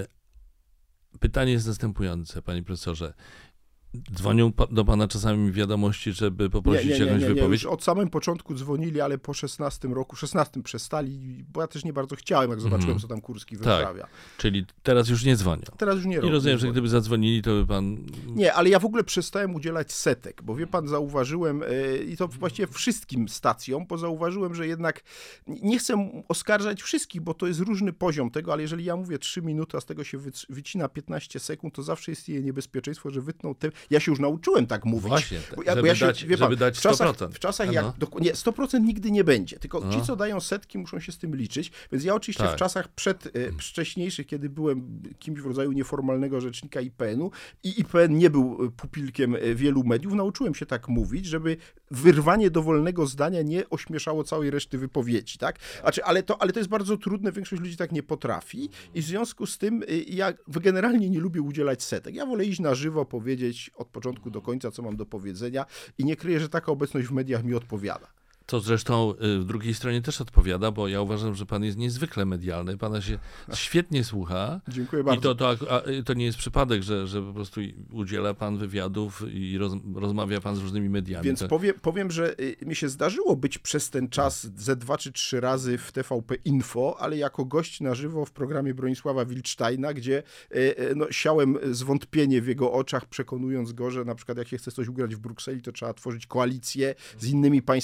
Pytanie jest następujące, panie profesorze. Dzwonią do pana czasami wiadomości, żeby poprosić jakąś wypowiedź? Już od samym początku dzwonili, ale po 16 przestali, bo ja też nie bardzo chciałem, jak zobaczyłem, co tam Kurski wyprawia. Tak, czyli teraz już nie dzwonią. Teraz już nie robią. I rozumiem, że gdyby zadzwonili, to by pan... Nie, ale ja w ogóle przestałem udzielać setek, bo wie pan, zauważyłem, i to właściwie wszystkim stacjom, bo zauważyłem, że jednak nie chcę oskarżać wszystkich, bo to jest różny poziom tego, ale jeżeli ja mówię 3 minuty, a z tego się wycina 15 sekund, to zawsze istnieje niebezpieczeństwo, że wytną te... Ja się już nauczyłem tak mówić. Właśnie, żeby dać 100%. W czasach jak... Nie, 100% nigdy nie będzie, tylko ci, co dają setki, muszą się z tym liczyć, więc ja oczywiście w czasach wcześniejszych, kiedy byłem kimś w rodzaju nieformalnego rzecznika IPN-u i IPN nie był pupilkiem wielu mediów, nauczyłem się tak mówić, żeby wyrwanie dowolnego zdania nie ośmieszało całej reszty wypowiedzi, tak? Ale to jest bardzo trudne, większość ludzi tak nie potrafi i w związku z tym ja generalnie nie lubię udzielać setek. Ja wolę iść na żywo, powiedzieć od początku do końca, co mam do powiedzenia i nie kryję, że taka obecność w mediach mi odpowiada. To zresztą w drugiej stronie też odpowiada, bo ja uważam, że pan jest niezwykle medialny, pana się świetnie słucha. Dziękuję bardzo. I to nie jest przypadek, że po prostu udziela pan wywiadów i rozmawia pan z różnymi mediami. Więc powiem, że mi się zdarzyło być przez ten czas ze 2 czy 3 razy w TVP Info, ale jako gość na żywo w programie Bronisława Wilcztajna, gdzie siałem zwątpienie w jego oczach, przekonując go, że na przykład jak się chce coś ugrać w Brukseli, to trzeba tworzyć koalicję z innymi państwami, a nie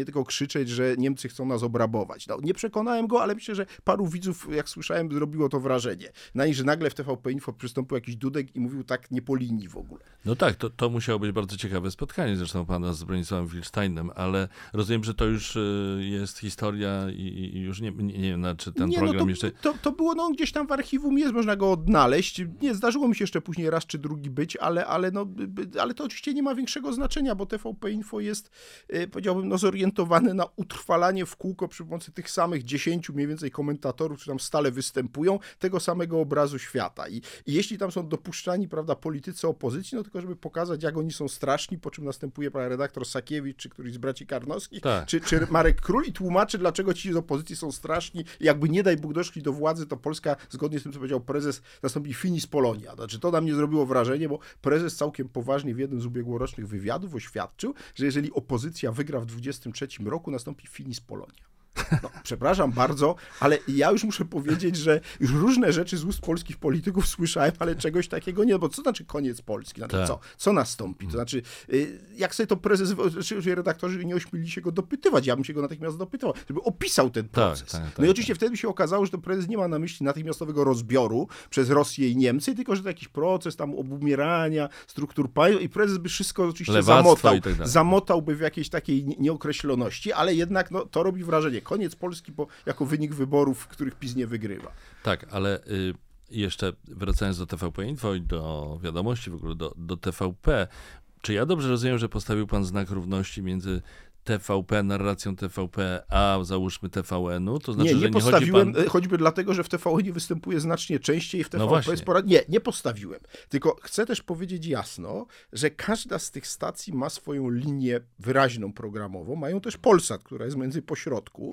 tylko krzyczeć, że Niemcy chcą nas obrabować. No, nie przekonałem go, ale myślę, że paru widzów, jak słyszałem, zrobiło to wrażenie. Że nagle w TVP Info przystąpił jakiś Dudek i mówił tak nie po linii w ogóle. No tak, to musiało być bardzo ciekawe spotkanie, zresztą pana z Bronisławem Wilsteinem, ale rozumiem, że to już jest historia i już nie wiem, czy ten program jeszcze... To było gdzieś tam w archiwum, jest, można go odnaleźć. Nie, zdarzyło mi się jeszcze później raz czy drugi być, ale to oczywiście nie ma większego znaczenia, bo TVP Info jest, powiedziałbym, zorientowane na utrwalanie w kółko przy pomocy tych samych 10 mniej więcej komentatorów, którzy tam stale występują, tego samego obrazu świata. I jeśli tam są dopuszczani, prawda, politycy opozycji, no tylko żeby pokazać, jak oni są straszni, po czym następuje redaktor Sakiewicz, czy któryś z braci Karnowskich, czy Marek Król i tłumaczy, dlaczego ci z opozycji są straszni. Jakby nie daj Bóg doszli do władzy, to Polska, zgodnie z tym, co powiedział prezes, nastąpi finis Polonia. Znaczy, to na mnie zrobiło wrażenie, bo prezes całkiem poważnie w jednym z ubiegłorocznych wywiadów oświadczył, że jeżeli opozycja wygra w 2023 roku, nastąpi finis Polonia. No, przepraszam bardzo, ale ja już muszę powiedzieć, że już różne rzeczy z ust polskich polityków słyszałem, ale czegoś takiego nie, bo co znaczy koniec Polski? Znaczy co nastąpi? To znaczy, jak sobie to prezes, czy redaktorzy nie ośmielili się go dopytywać, ja bym się go natychmiast dopytał, żeby opisał ten proces. No i oczywiście wtedy się okazało, że to prezes nie ma na myśli natychmiastowego rozbioru przez Rosję i Niemcy, tylko że to jakiś proces tam obumierania struktur państw i prezes by wszystko oczywiście zamotałby w jakiejś takiej nieokreśloności, ale jednak to robi wrażenie. Koniec Polski jako wynik wyborów, w których PiS nie wygrywa. Tak, ale jeszcze wracając do TVP Info i do wiadomości, w ogóle do TVP, czy ja dobrze rozumiem, że postawił pan znak równości między TVP, narracją TVP, a załóżmy TVN-u? To znaczy, nie postawiłem, choćby dlatego, że w TVN występuje znacznie częściej, w TVP jest nie postawiłem. Tylko chcę też powiedzieć jasno, że każda z tych stacji ma swoją linię wyraźną programową, mają też Polsat, która jest między pośrodku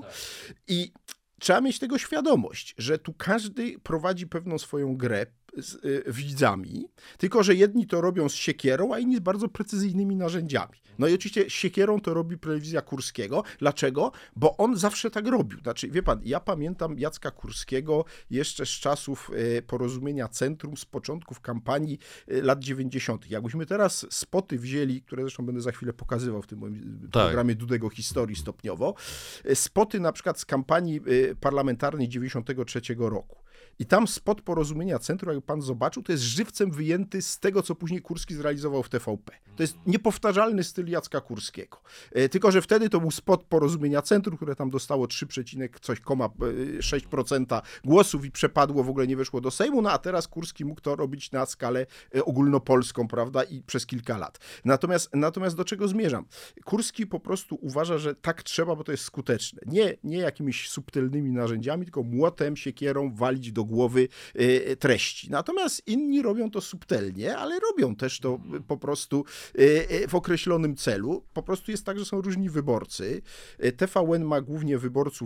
i trzeba mieć tego świadomość, że tu każdy prowadzi pewną swoją grę z widzami, tylko że jedni to robią z siekierą, a inni z bardzo precyzyjnymi narzędziami. No i oczywiście siekierą to robi telewizja Kurskiego. Dlaczego? Bo on zawsze tak robił. Znaczy, wie pan, ja pamiętam Jacka Kurskiego jeszcze z czasów Porozumienia Centrum, z początków kampanii lat 90. Jakbyśmy teraz spoty wzięli, które zresztą będę za chwilę pokazywał w tym moim programie Dudego Historii stopniowo, spoty na przykład z kampanii parlamentarnej 93 roku. I tam spot Porozumienia Centrum, jak pan zobaczył, to jest żywcem wyjęty z tego, co później Kurski zrealizował w TVP. To jest niepowtarzalny styl Jacka Kurskiego. Tylko że wtedy to był spot Porozumienia Centrum, które tam dostało 3,6% głosów i przepadło, w ogóle nie weszło do Sejmu, no a teraz Kurski mógł to robić na skalę ogólnopolską, prawda, i przez kilka lat. Natomiast do czego zmierzam? Kurski po prostu uważa, że tak trzeba, bo to jest skuteczne. Nie jakimiś subtelnymi narzędziami, tylko młotem, siekierą walić do głowy treści. Natomiast inni robią to subtelnie, ale robią też to po prostu w określonym celu. Po prostu jest tak, że są różni wyborcy. TVN ma głównie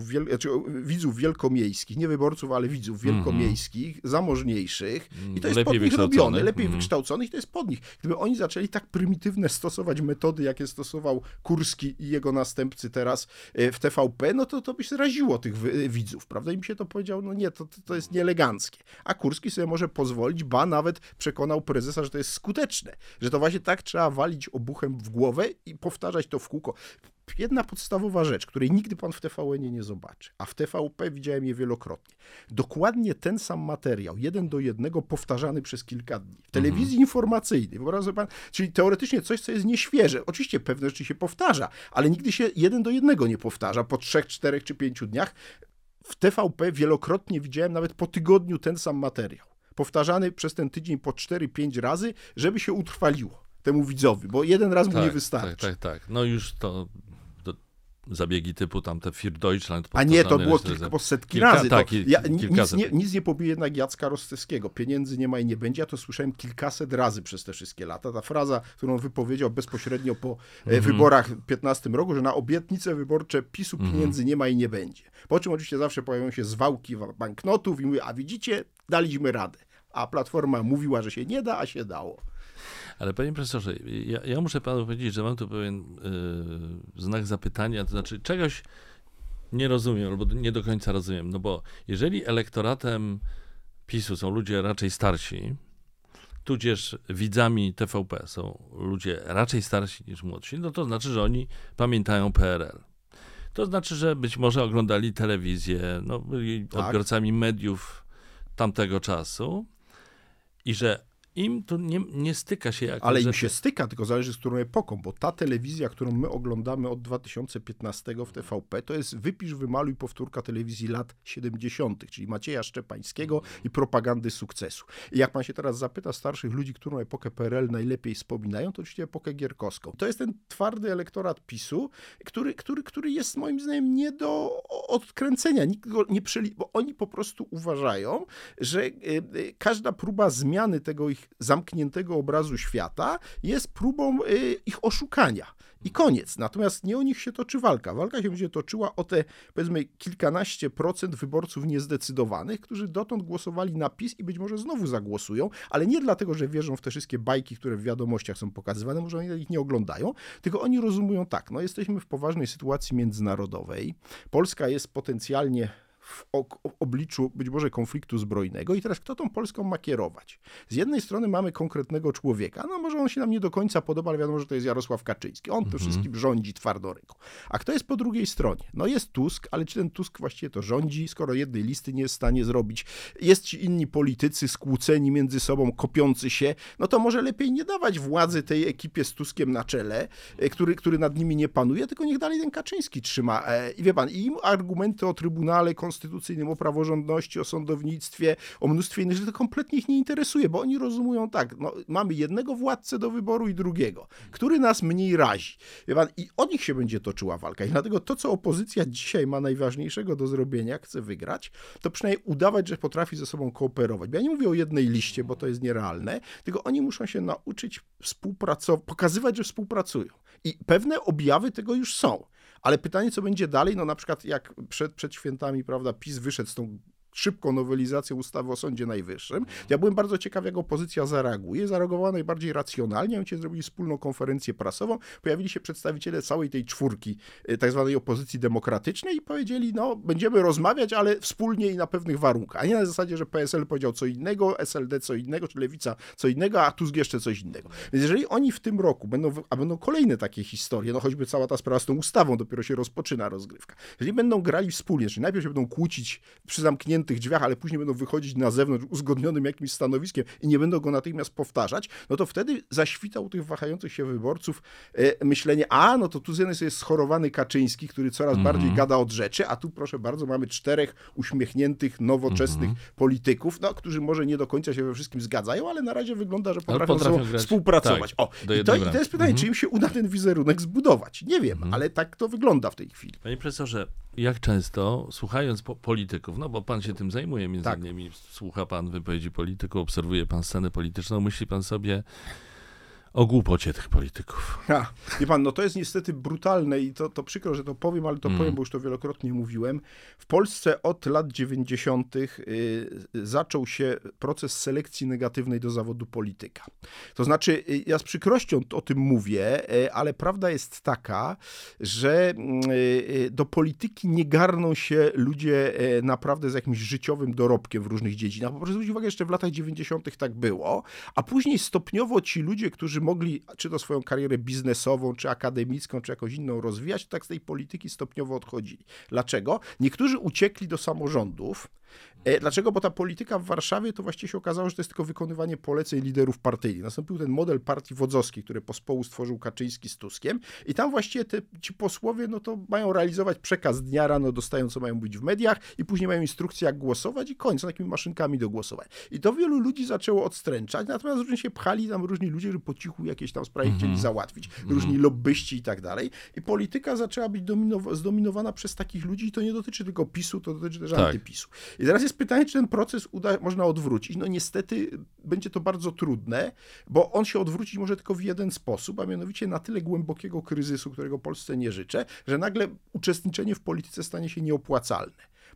widzów wielkomiejskich, nie wyborców, ale widzów wielkomiejskich, zamożniejszych i to jest pod nich robione, lepiej wykształconych i to jest pod nich. Gdyby oni zaczęli tak prymitywne stosować metody, jakie stosował Kurski i jego następcy teraz w TVP, no to by się zraziło tych widzów, prawda? Im się to powiedział, no nie, to jest nieeleganckie. A Kurski sobie może pozwolić, ba nawet przekonał prezesa, że to jest skuteczne, że to właśnie tak trzeba walić obuchem w głowę i powtarzać to w kółko. Jedna podstawowa rzecz, której nigdy pan w TVN-ie nie zobaczy, a w TVP widziałem je wielokrotnie. Dokładnie ten sam materiał, 1:1, powtarzany przez kilka dni. W telewizji informacyjnej, wyobraź sobie pan, czyli teoretycznie coś, co jest nieświeże. Oczywiście pewne rzeczy się powtarza, ale nigdy się 1:1 nie powtarza po 3, 4 czy 5 dniach. W TVP wielokrotnie widziałem nawet po tygodniu ten sam materiał. Powtarzany przez ten tydzień po 4-5 razy, żeby się utrwaliło temu widzowi, bo jeden raz mu nie wystarczy. Tak. No już to zabiegi typu tam te Für Deutschland. A nie, to było po setki razy. Nic nie pobije jednak Jacka Rostowskiego. Pieniędzy nie ma i nie będzie. Ja to słyszałem kilkaset razy przez te wszystkie lata. Ta fraza, którą wypowiedział bezpośrednio po wyborach w 2015 roku, że na obietnice wyborcze PiS-u pieniędzy nie ma i nie będzie. Po czym oczywiście zawsze pojawiają się zwałki banknotów i mówią, a widzicie, daliśmy radę. A Platforma mówiła, że się nie da, a się dało. Ale panie profesorze, ja muszę panu powiedzieć, że mam tu pewien znak zapytania, to znaczy czegoś nie rozumiem, albo nie do końca rozumiem, no bo jeżeli elektoratem PiS-u są ludzie raczej starsi, tudzież widzami TVP są ludzie raczej starsi niż młodsi, no to znaczy, że oni pamiętają PRL. To znaczy, że być może oglądali telewizję, no, byli odbiorcami mediów tamtego czasu i że im to nie styka się jakoś. Ale im się styka, tylko zależy z którą epoką, bo ta telewizja, którą my oglądamy od 2015 w TVP, to jest wypisz, wymaluj powtórka telewizji lat 70., czyli Macieja Szczepańskiego i propagandy sukcesu. I jak pan się teraz zapyta starszych ludzi, którą epokę PRL najlepiej wspominają, to oczywiście epokę gierkowską. To jest ten twardy elektorat PiS-u, który jest moim zdaniem nie do odkręcenia. Nikt go nie bo oni po prostu uważają, że każda próba zmiany tego ich zamkniętego obrazu świata jest próbą ich oszukania. I koniec. Natomiast nie o nich się toczy walka. Walka się będzie toczyła o te, powiedzmy, kilkanaście procent wyborców niezdecydowanych, którzy dotąd głosowali na PiS i być może znowu zagłosują, ale nie dlatego, że wierzą w te wszystkie bajki, które w wiadomościach są pokazywane, może oni ich nie oglądają, tylko oni rozumują tak, no jesteśmy w poważnej sytuacji międzynarodowej, Polska jest potencjalnie w obliczu być może konfliktu zbrojnego i teraz kto tą Polską ma kierować? Z jednej strony mamy konkretnego człowieka, no może on się nam nie do końca podoba, ale wiadomo, że to jest Jarosław Kaczyński. On tym wszystkim rządzi twardą ręką. A kto jest po drugiej stronie? No jest Tusk, ale czy ten Tusk właściwie to rządzi, skoro jednej listy nie jest w stanie zrobić? Jest ci inni politycy skłóceni między sobą, kopiący się, no to może lepiej nie dawać władzy tej ekipie z Tuskiem na czele, który nad nimi nie panuje, tylko niech dalej ten Kaczyński trzyma. I wie pan, im argumenty o Trybunale Konstytucyjnym, o praworządności, o sądownictwie, o mnóstwie innych rzeczy, to kompletnie ich nie interesuje, bo oni rozumują tak, no, mamy jednego władcę do wyboru i drugiego, który nas mniej razi. Wie pan, i o nich się będzie toczyła walka. I dlatego to, co opozycja dzisiaj ma najważniejszego do zrobienia, chce wygrać, to przynajmniej udawać, że potrafi ze sobą kooperować. Bo ja nie mówię o jednej liście, bo to jest nierealne, tylko oni muszą się nauczyć współpracować, pokazywać, że współpracują. I pewne objawy tego już są. Ale pytanie, co będzie dalej, no na przykład jak przed świętami, prawda, PiS wyszedł z tą szybką nowelizacją ustawy o Sądzie Najwyższym. Ja byłem bardzo ciekaw, jak opozycja zareaguje. Zareagowała najbardziej racjonalnie. Oni zrobili wspólną konferencję prasową. Pojawili się przedstawiciele całej tej czwórki tak zwanej opozycji demokratycznej i powiedzieli, no będziemy rozmawiać, ale wspólnie i na pewnych warunkach. A nie na zasadzie, że PSL powiedział co innego, SLD co innego, czy Lewica co innego, a Tusk jeszcze coś innego. Więc jeżeli oni w tym roku będą kolejne takie historie, no choćby cała ta sprawa z tą ustawą, dopiero się rozpoczyna rozgrywka. Jeżeli będą grali wspólnie, czyli najpierw się będą kłócić przy zamkniętych drzwiach, ale później będą wychodzić na zewnątrz uzgodnionym jakimś stanowiskiem i nie będą go natychmiast powtarzać, no to wtedy zaświta u tych wahających się wyborców myślenie, no to tu z jednej strony jest schorowany Kaczyński, który coraz bardziej gada od rzeczy, a tu proszę bardzo mamy 4 uśmiechniętych, nowoczesnych polityków, no, którzy może nie do końca się we wszystkim zgadzają, ale na razie wygląda, że potrafią ze sobą współpracować. Tak, i to jest pytanie, czy im się uda ten wizerunek zbudować? Nie wiem, ale tak to wygląda w tej chwili. Panie profesorze, jak często, słuchając polityków, no bo pan się tym zajmuje, między innymi słucha pan wypowiedzi polityków, obserwuje pan scenę polityczną, myśli pan sobie o głupocie tych polityków. Wie pan, no to jest niestety brutalne i to przykro, że to powiem, ale to powiem, bo już to wielokrotnie mówiłem. W Polsce od lat 90. Zaczął się proces selekcji negatywnej do zawodu polityka. To znaczy, ja z przykrością o tym mówię, ale prawda jest taka, że do polityki nie garną się ludzie naprawdę z jakimś życiowym dorobkiem w różnych dziedzinach. Po prostu zwróćcie uwagę, jeszcze w latach 90. tak było, a później stopniowo ci ludzie, którzy mogli, czy to swoją karierę biznesową, czy akademicką, czy jakąś inną rozwijać, tak z tej polityki stopniowo odchodzili. Dlaczego? Niektórzy uciekli do samorządów. Dlaczego? Bo ta polityka w Warszawie to właściwie się okazało, że to jest tylko wykonywanie poleceń liderów partyjnych. Nastąpił ten model partii wodzowskiej, który pospołu stworzył Kaczyński z Tuskiem i tam właściwie ci posłowie no to mają realizować przekaz dnia, rano dostają, co mają być w mediach i później mają instrukcje, jak głosować i koniec, są takimi maszynkami do głosowania. I to wielu ludzi zaczęło odstręczać, natomiast różnie się pchali tam różni ludzie, którzy po cichu jakieś tam sprawy chcieli załatwić, różni lobbyści i tak dalej. I polityka zaczęła być zdominowana przez takich ludzi i to nie dotyczy tylko PiS-u, to dotyczy też antyPiS-u. I teraz jest pytanie, czy ten proces można odwrócić. No niestety będzie to bardzo trudne, bo on się odwrócić może tylko w jeden sposób, a mianowicie na tyle głębokiego kryzysu, którego Polsce nie życzę, że nagle uczestniczenie w polityce stanie się nieopłacalne.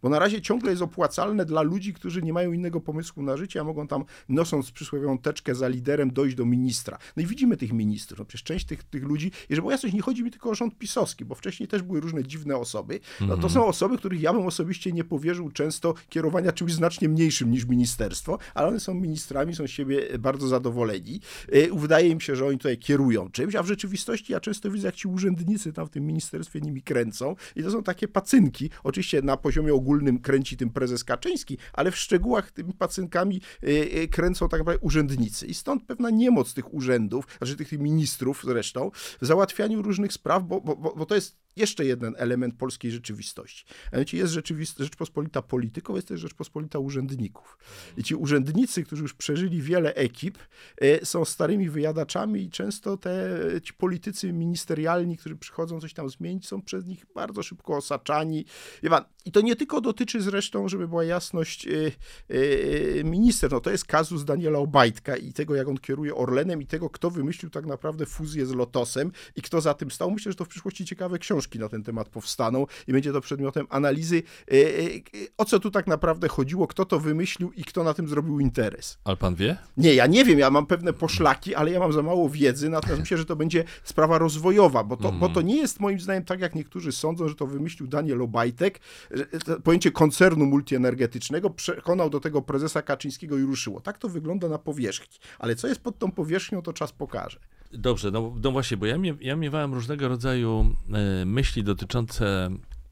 bo na razie ciągle jest opłacalne dla ludzi, którzy nie mają innego pomysłu na życie, a mogą tam, nosząc przysłowiową teczkę za liderem, dojść do ministra. No i widzimy tych ministrów, no przecież część tych ludzi, i żeby jasność, nie chodzi mi tylko o rząd pisowski, bo wcześniej też były różne dziwne osoby, no to są osoby, których ja bym osobiście nie powierzył często kierowania czymś znacznie mniejszym niż ministerstwo, ale one są ministrami, są z siebie bardzo zadowoleni. Wydaje mi się, że oni tutaj kierują czymś, a w rzeczywistości ja często widzę, jak ci urzędnicy tam w tym ministerstwie nimi kręcą i to są takie pacynki. Oczywiście na poziomie ogólnym kręci tym prezes Kaczyński, ale w szczegółach tymi pacynkami kręcą tak naprawdę urzędnicy. I stąd pewna niemoc tych urzędów, znaczy tych ministrów zresztą, w załatwianiu różnych spraw, bo to jest jeszcze jeden element polskiej rzeczywistości. A mianowicie jest Rzeczpospolita polityką, jest też Rzeczpospolita urzędników. I ci urzędnicy, którzy już przeżyli wiele ekip, są starymi wyjadaczami i często ci politycy ministerialni, którzy przychodzą coś tam zmienić, są przez nich bardzo szybko osaczani. I to nie tylko dotyczy zresztą, żeby była jasność, minister, no to jest kazus Daniela Obajtka i tego, jak on kieruje Orlenem i tego, kto wymyślił tak naprawdę fuzję z Lotosem i kto za tym stał. Myślę, że to w przyszłości ciekawe książki na ten temat powstaną i będzie to przedmiotem analizy, o co tu tak naprawdę chodziło, kto to wymyślił i kto na tym zrobił interes. Ale pan wie? Nie, ja nie wiem, ja mam pewne poszlaki, ale ja mam za mało wiedzy, natomiast myślę, że to będzie sprawa rozwojowa, bo to nie jest moim zdaniem tak, jak niektórzy sądzą, że to wymyślił Daniel Obajtek, pojęcie koncernu multienergetycznego, przekonał do tego prezesa Kaczyńskiego i ruszyło. Tak to wygląda na powierzchni, ale co jest pod tą powierzchnią, to czas pokaże. Dobrze, no właśnie, bo ja miewałem różnego rodzaju myśli dotyczące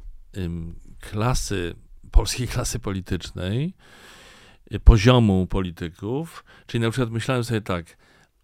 polskiej klasy politycznej, poziomu polityków, czyli na przykład myślałem sobie tak,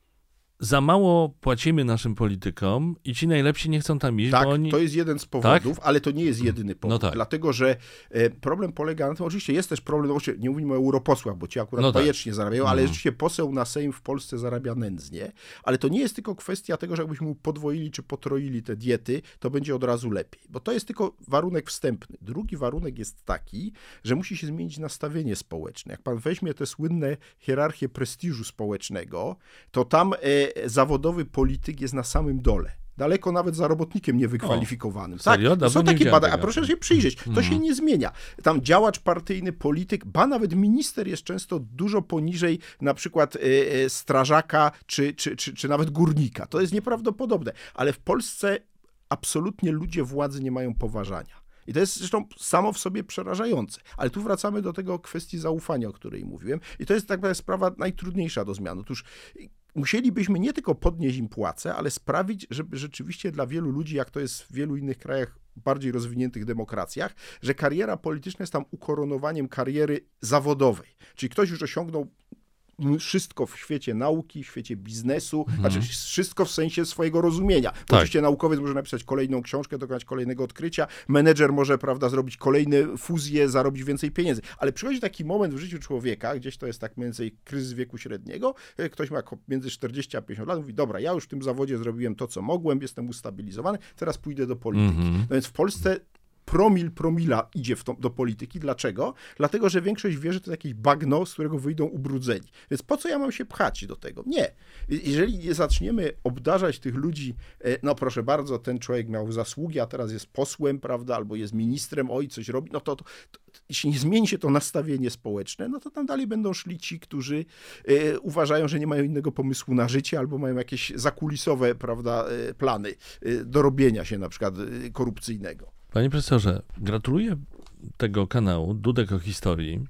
za mało płacimy naszym politykom i ci najlepsi nie chcą tam iść, tak, bo oni... to jest jeden z powodów, tak? Ale to nie jest jedyny powód, no tak. Dlatego, że problem polega na tym, oczywiście jest też problem, nie mówimy o europosłach, bo ci akurat bajecznie zarabiają, ale rzeczywiście poseł na Sejm w Polsce zarabia nędznie, ale to nie jest tylko kwestia tego, że jakbyśmy mu podwoili czy potroili te diety, to będzie od razu lepiej, bo to jest tylko warunek wstępny. Drugi warunek jest taki, że musi się zmienić nastawienie społeczne. Jak pan weźmie te słynne hierarchie prestiżu społecznego, to tam zawodowy polityk jest na samym dole. Daleko nawet za robotnikiem niewykwalifikowanym. Serio? Tak, są takie badania, a proszę się przyjrzeć, to się nie zmienia. Tam działacz partyjny, polityk, nawet minister jest często dużo poniżej na przykład strażaka czy nawet górnika. To jest nieprawdopodobne, ale w Polsce absolutnie ludzie władzy nie mają poważania. I to jest zresztą samo w sobie przerażające. Ale tu wracamy do tego kwestii zaufania, o której mówiłem. I to jest tak naprawdę sprawa najtrudniejsza do zmiany. Otóż musielibyśmy nie tylko podnieść im płace, ale sprawić, żeby rzeczywiście dla wielu ludzi, jak to jest w wielu innych krajach, bardziej rozwiniętych demokracjach, że kariera polityczna jest tam ukoronowaniem kariery zawodowej. Czyli ktoś już osiągnął wszystko w świecie nauki, w świecie biznesu, znaczy wszystko w sensie swojego rozumienia. Tak. Oczywiście naukowiec może napisać kolejną książkę, dokonać kolejnego odkrycia, menedżer może, prawda, zrobić kolejne fuzje, zarobić więcej pieniędzy, ale przychodzi taki moment w życiu człowieka, gdzieś to jest tak mniej więcej kryzys wieku średniego, ktoś ma między 40 a 50 lat, mówi, dobra, ja już w tym zawodzie zrobiłem to, co mogłem, jestem ustabilizowany, teraz pójdę do polityki. No więc w Polsce promila idzie do polityki. Dlaczego? Dlatego, że większość wie, że to jest jakieś bagno, z którego wyjdą ubrudzeni. Więc po co ja mam się pchać do tego? Nie. Jeżeli nie zaczniemy obdarzać tych ludzi, no proszę bardzo, ten człowiek miał zasługi, a teraz jest posłem, prawda, albo jest ministrem, oj, coś robi, no to jeśli nie zmieni się to nastawienie społeczne, no to tam dalej będą szli ci, którzy uważają, że nie mają innego pomysłu na życie, albo mają jakieś zakulisowe, prawda, plany do robienia się na przykład korupcyjnego. Panie profesorze, gratuluję tego kanału, Dudek o historii.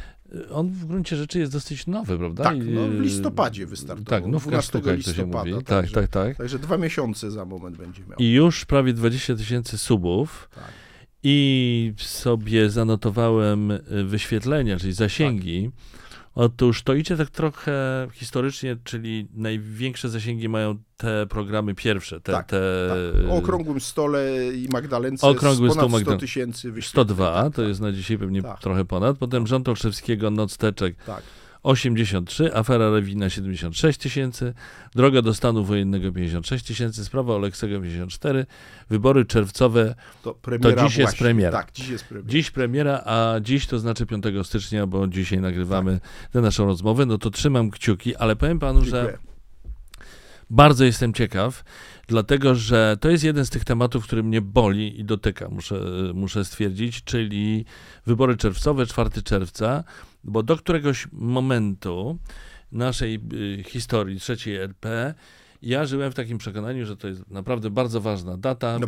On w gruncie rzeczy jest dosyć nowy, prawda? Tak, no w listopadzie wystartował. Tak, nówka sztuka, jak to się mówi. Tak. Także 2 miesiące za moment będzie miał. I już prawie 20 000 subów. Tak. I sobie zanotowałem wyświetlenia, czyli zasięgi. Tak. Otóż to idzie tak trochę historycznie, czyli największe zasięgi mają te programy pierwsze. Tak. O Okrągłym Stole i Magdalence ponad 100 tysięcy wyświetleń. 102, to jest na dzisiaj pewnie trochę ponad. Potem Rząd Olszewskiego, Noc Teczek. Tak. 83, afera Rewina 76 tysięcy, droga do stanu wojennego 56 tysięcy, sprawa Oleksego 54, wybory czerwcowe, to dziś jest premiera. Tak, dziś jest premiera. Dziś premiera, a dziś to znaczy 5 stycznia, bo dzisiaj nagrywamy tę naszą rozmowę, no to trzymam kciuki, ale powiem panu, że Bardzo jestem ciekaw, dlatego że to jest jeden z tych tematów, który mnie boli i dotyka, muszę stwierdzić, czyli wybory czerwcowe, 4 czerwca, bo do któregoś momentu naszej historii III RP ja żyłem w takim przekonaniu, że to jest naprawdę bardzo ważna data,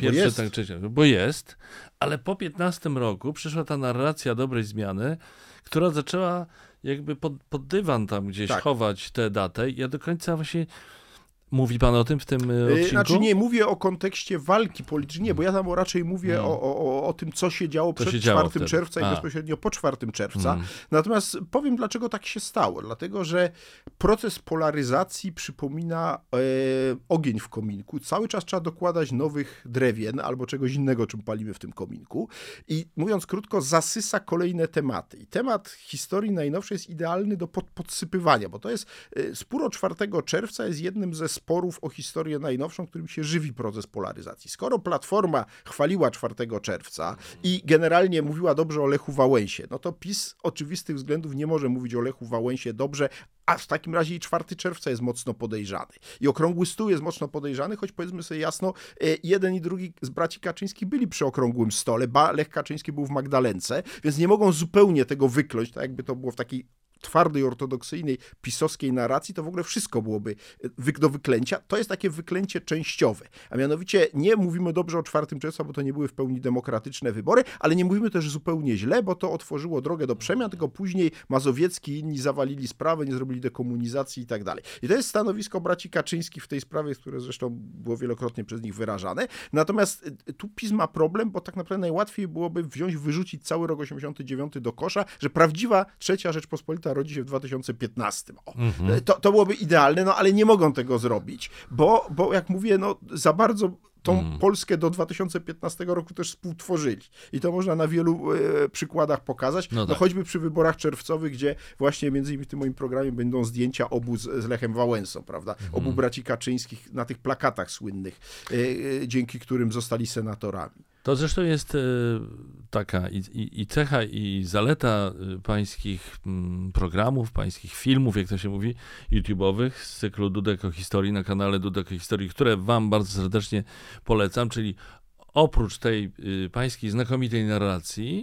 bo jest, ale po 15 roku przyszła ta narracja dobrej zmiany, która zaczęła jakby pod dywan tam gdzieś chować tę datę. Ja do końca właśnie... Mówi pan o tym w tym odcinku? Znaczy nie, mówię o kontekście walki politycznej, nie, bo ja tam raczej mówię o tym, co się działo przed 4 czerwca i bezpośrednio po 4 czerwca. Natomiast powiem, dlaczego tak się stało. Dlatego, że proces polaryzacji przypomina ogień w kominku. Cały czas trzeba dokładać nowych drewien albo czegoś innego, czym palimy w tym kominku. I mówiąc krótko, zasysa kolejne tematy. I temat historii najnowszej jest idealny do podsypywania, bo to jest spór o 4 czerwca jest jednym ze sporów o historię najnowszą, którym się żywi proces polaryzacji. Skoro Platforma chwaliła 4 czerwca i generalnie mówiła dobrze o Lechu Wałęsie, no to PiS z oczywistych względów nie może mówić o Lechu Wałęsie dobrze, a w takim razie i 4 czerwca jest mocno podejrzany. I Okrągły Stół jest mocno podejrzany, choć powiedzmy sobie jasno, jeden i drugi z braci Kaczyńskich byli przy Okrągłym Stole, Lech Kaczyński był w Magdalence, więc nie mogą zupełnie tego wykląć, tak jakby to było w takiej twardej, ortodoksyjnej, pisowskiej narracji, to w ogóle wszystko byłoby do wyklęcia. To jest takie wyklęcie częściowe. A mianowicie nie mówimy dobrze o 4 czerwca, bo to nie były w pełni demokratyczne wybory, ale nie mówimy też zupełnie źle, bo to otworzyło drogę do przemian, tylko później Mazowiecki i inni zawalili sprawę, nie zrobili dekomunizacji i tak dalej. I to jest stanowisko braci Kaczyńskich w tej sprawie, które zresztą było wielokrotnie przez nich wyrażane. Natomiast tu PiS ma problem, bo tak naprawdę najłatwiej byłoby wyrzucić cały rok 89 do kosza, że prawdziwa trzecia Rzeczpospolita rodzi się w 2015. To byłoby idealne, no ale nie mogą tego zrobić, bo jak mówię, no za bardzo tą Polskę do 2015 roku też współtworzyli. I to można na wielu przykładach pokazać. No choćby przy wyborach czerwcowych, gdzie właśnie między innymi w tym moim programie będą zdjęcia obu z Lechem Wałęsą, prawda? Obu braci Kaczyńskich na tych plakatach słynnych, dzięki którym zostali senatorami. To zresztą jest taka i cecha, i zaleta pańskich programów, pańskich filmów, jak to się mówi, YouTube'owych z cyklu Dudek o historii na kanale Dudek o historii, które wam bardzo serdecznie polecam, czyli oprócz tej pańskiej znakomitej narracji,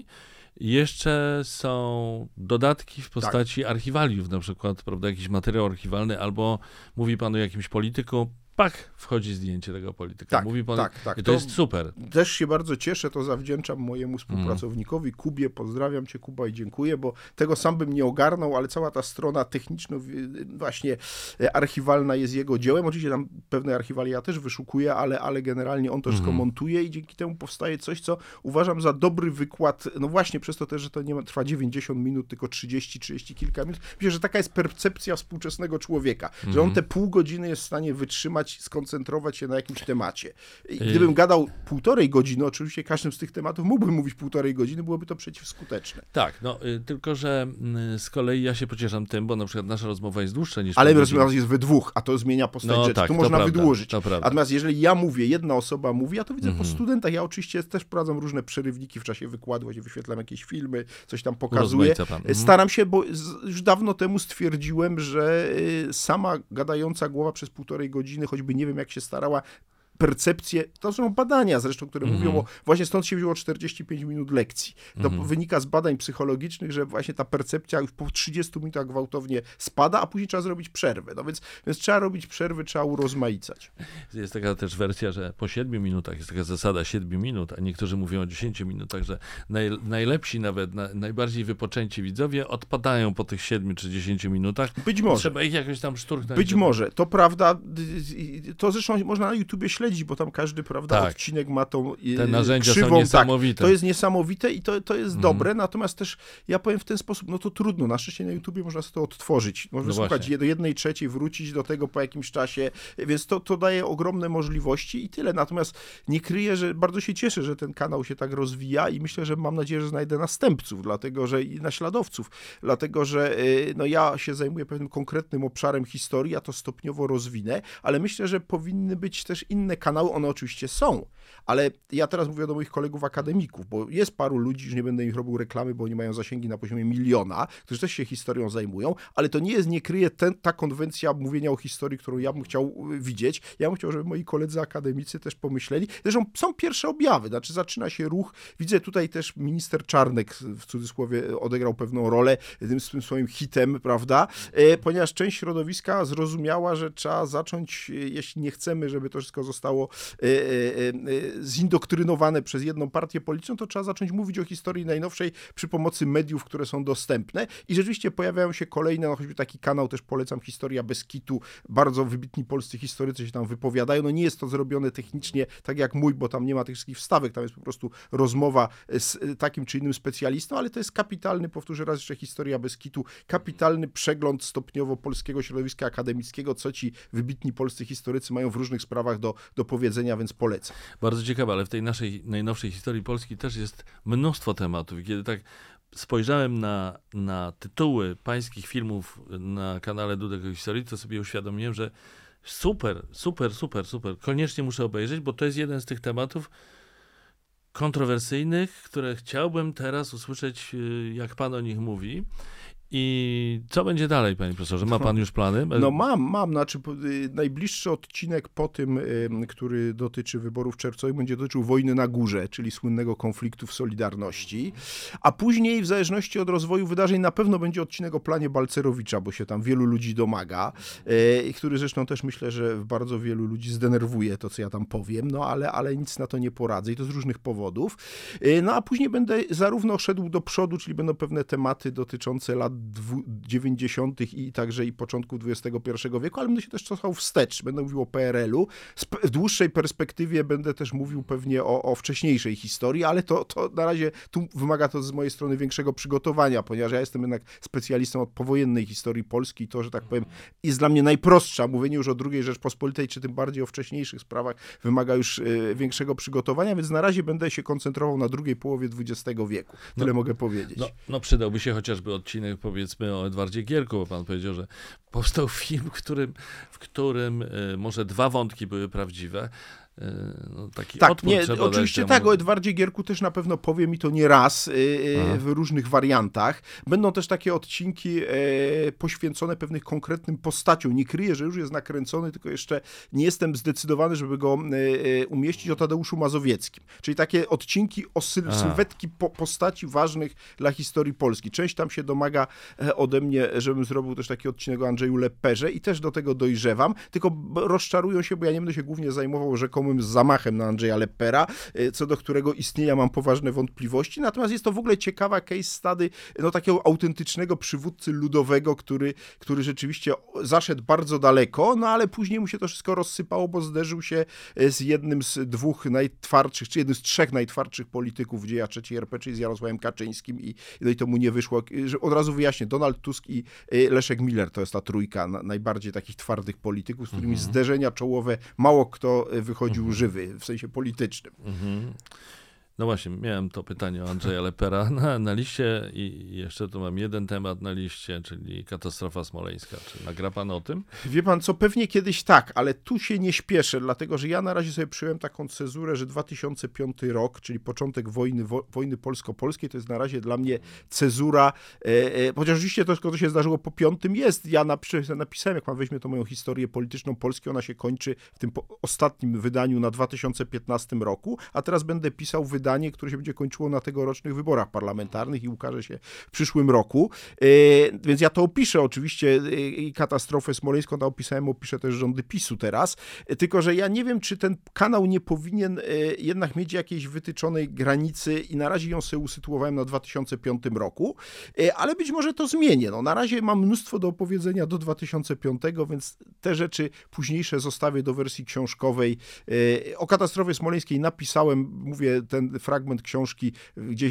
jeszcze są dodatki w postaci archiwaliów, na przykład, prawda, jakiś materiał archiwalny, albo mówi pan o jakimś polityku, wchodzi zdjęcie tego polityka. Mówi pan, i to jest super. Też się bardzo cieszę, to zawdzięczam mojemu współpracownikowi Kubie. Pozdrawiam cię, Kuba, i dziękuję, bo tego sam bym nie ogarnął, ale cała ta strona techniczna, właśnie archiwalna jest jego dziełem. Oczywiście tam pewne archiwalia też wyszukuję, ale generalnie on to wszystko montuje i dzięki temu powstaje coś, co uważam za dobry wykład, no właśnie przez to też, że to nie trwa 90 minut, tylko 30 kilka minut. Myślę, że taka jest percepcja współczesnego człowieka, że on te pół godziny jest w stanie wytrzymać, skoncentrować się na jakimś temacie. I gdybym gadał 1,5 godziny, oczywiście każdym z tych tematów mógłbym mówić 1,5 godziny, byłoby to przeciwskuteczne. Tak, no tylko, że z kolei ja się pocieszam tym, bo na przykład nasza rozmowa jest dłuższa niż... Ale rozmowa jest we dwóch, a to zmienia postać rzeczy. Tak, tu można wydłużyć. To prawda. Natomiast jeżeli ja mówię, jedna osoba mówi, ja to widzę po studentach, ja oczywiście też prowadzę różne przerywniki w czasie wykładu, gdzie wyświetlam jakieś filmy, coś tam pokazuję. Staram się, bo już dawno temu stwierdziłem, że sama gadająca głowa przez 1,5 godziny, choćby nie wiem jak się starała, percepcje, to są badania zresztą, które mówią właśnie stąd się wzięło 45 minut lekcji. To wynika z badań psychologicznych, że właśnie ta percepcja już po 30 minutach gwałtownie spada, a później trzeba zrobić przerwę. No więc trzeba robić przerwy, trzeba urozmaicać. Jest taka też wersja, że po 7 minutach jest taka zasada 7 minut, a niektórzy mówią o 10 minutach, że najlepsi nawet, najbardziej wypoczęci widzowie odpadają po tych 7 czy 10 minutach. Być może. Trzeba ich jakoś tam szturchnąć. Być może. To prawda. To zresztą można na YouTubie śledzić, bo tam każdy, prawda, odcinek ma tą te narzędzia krzywą. Są niesamowite. To jest niesamowite i to jest dobre, natomiast też ja powiem w ten sposób, no to trudno, na szczęście na YouTubie można sobie to odtworzyć. Można słuchać do 1/3, wrócić do tego po jakimś czasie, więc to daje ogromne możliwości i tyle. Natomiast nie kryję, że bardzo się cieszę, że ten kanał się tak rozwija i myślę, że mam nadzieję, że znajdę następców, dlatego że i naśladowców, dlatego że no ja się zajmuję pewnym konkretnym obszarem historii, a to stopniowo rozwinę, ale myślę, że powinny być też inne inne kanały, one oczywiście są. Ale ja teraz mówię do moich kolegów akademików, bo jest paru ludzi, już nie będę ich robił reklamy, bo oni mają zasięgi na poziomie 1 miliona, którzy też się historią zajmują, ale to nie kryje ta konwencja mówienia o historii, którą ja bym chciał widzieć. Ja bym chciał, żeby moi koledzy akademicy też pomyśleli. Zresztą są pierwsze objawy, znaczy zaczyna się ruch. Widzę tutaj też minister Czarnek, w cudzysłowie, odegrał pewną rolę tym swoim hitem, prawda? Ponieważ część środowiska zrozumiała, że trzeba zacząć, jeśli nie chcemy, żeby to wszystko zostało zindoktrynowane przez jedną partię polityczną, to trzeba zacząć mówić o historii najnowszej przy pomocy mediów, które są dostępne i rzeczywiście pojawiają się kolejne, no choćby taki kanał też polecam, Historia bez kitu, bardzo wybitni polscy historycy się tam wypowiadają, no nie jest to zrobione technicznie tak jak mój, bo tam nie ma tych wszystkich wstawek, tam jest po prostu rozmowa z takim czy innym specjalistą, ale to jest kapitalny, powtórzę raz jeszcze, Historia bez kitu, kapitalny przegląd stopniowo polskiego środowiska akademickiego, co ci wybitni polscy historycy mają w różnych sprawach do powiedzenia, więc polecam. Bardzo ciekawe, ale w tej naszej najnowszej historii Polski też jest mnóstwo tematów. I kiedy tak spojrzałem na tytuły pańskich filmów na kanale Dudek o Historii, to sobie uświadomiłem, że super. Koniecznie muszę obejrzeć, bo to jest jeden z tych tematów kontrowersyjnych, które chciałbym teraz usłyszeć, jak pan o nich mówi. I co będzie dalej, panie profesorze? Ma pan już plany? No mam. Znaczy najbliższy odcinek po tym, który dotyczy wyborów czerwcowych, będzie dotyczył wojny na górze, czyli słynnego konfliktu w Solidarności. A później, w zależności od rozwoju wydarzeń, na pewno będzie odcinek o planie Balcerowicza, bo się tam wielu ludzi domaga, który zresztą też myślę, że bardzo wielu ludzi zdenerwuje to, co ja tam powiem, no ale nic na to nie poradzę i to z różnych powodów. No a później będę zarówno szedł do przodu, czyli będą pewne tematy dotyczące lat 90. i także i początku XXI wieku, ale będę się też cofał wstecz. Będę mówił o PRL-u. W dłuższej perspektywie będę też mówił pewnie o wcześniejszej historii, ale to na razie tu wymaga to z mojej strony większego przygotowania, ponieważ ja jestem jednak specjalistą od powojennej historii Polski i to, że tak powiem, jest dla mnie najprostsza. Mówienie już o II Rzeczpospolitej, czy tym bardziej o wcześniejszych sprawach wymaga już większego przygotowania, więc na razie będę się koncentrował na drugiej połowie XX wieku. Tyle mogę powiedzieć. No przydałby się chociażby odcinek, powiedzmy, o Edwardzie Gierku, bo pan powiedział, że powstał film, w którym może 2 wątki były prawdziwe. No, taki tak, oczywiście dać, tak, o Edwardzie Gierku też na pewno powiem i to nie raz w różnych wariantach. Będą też takie odcinki poświęcone pewnych konkretnym postaciom. Nie kryję, że już jest nakręcony, tylko jeszcze nie jestem zdecydowany, żeby go umieścić, o Tadeuszu Mazowieckim. Czyli takie odcinki o sylwetki postaci ważnych dla historii Polski. Część tam się domaga ode mnie, żebym zrobił też taki odcinek o Andrzeju Lepperze i też do tego dojrzewam, tylko rozczarują się, bo ja nie będę się głównie zajmował rzekomym zamachem na Andrzeja Leppera, co do którego istnienia mam poważne wątpliwości. Natomiast jest to w ogóle ciekawa case study takiego autentycznego przywódcy ludowego, który rzeczywiście zaszedł bardzo daleko, no ale później mu się to wszystko rozsypało, bo zderzył się z jednym z 2 najtwardszych, czy jednym z 3 najtwardszych polityków dzieja III RP, czyli z Jarosławem Kaczyńskim i to mu nie wyszło. Od razu wyjaśnię, Donald Tusk i Leszek Miller to jest ta trójka najbardziej takich twardych polityków, z którymi zderzenia czołowe mało kto wychodził żywy, w sensie politycznym. No właśnie, miałem to pytanie o Andrzeja Leppera na liście i jeszcze tu mam jeden temat na liście, czyli katastrofa smoleńska. Czy nagra pan o tym? Wie pan co, pewnie kiedyś tak, ale tu się nie śpieszę, dlatego że ja na razie sobie przyjąłem taką cezurę, że 2005 rok, czyli początek wojny polsko-polskiej, to jest na razie dla mnie cezura, chociaż oczywiście to, co się zdarzyło po 5 jest. Ja napisałem, jak pan weźmie to moją historię polityczną Polski, ona się kończy w tym ostatnim wydaniu na 2015 roku, a teraz będę pisał wydanie, które się będzie kończyło na tegorocznych wyborach parlamentarnych i ukaże się w przyszłym roku. Więc ja to opiszę oczywiście i katastrofę smoleńską, opiszę też rządy PiS-u teraz, tylko że ja nie wiem, czy ten kanał nie powinien jednak mieć jakiejś wytyczonej granicy i na razie ją sobie usytuowałem na 2005 roku, ale być może to zmienię. No, na razie mam mnóstwo do opowiedzenia do 2005, więc te rzeczy późniejsze zostawię do wersji książkowej. O katastrofie smoleńskiej napisałem, mówię, ten fragment książki gdzieś w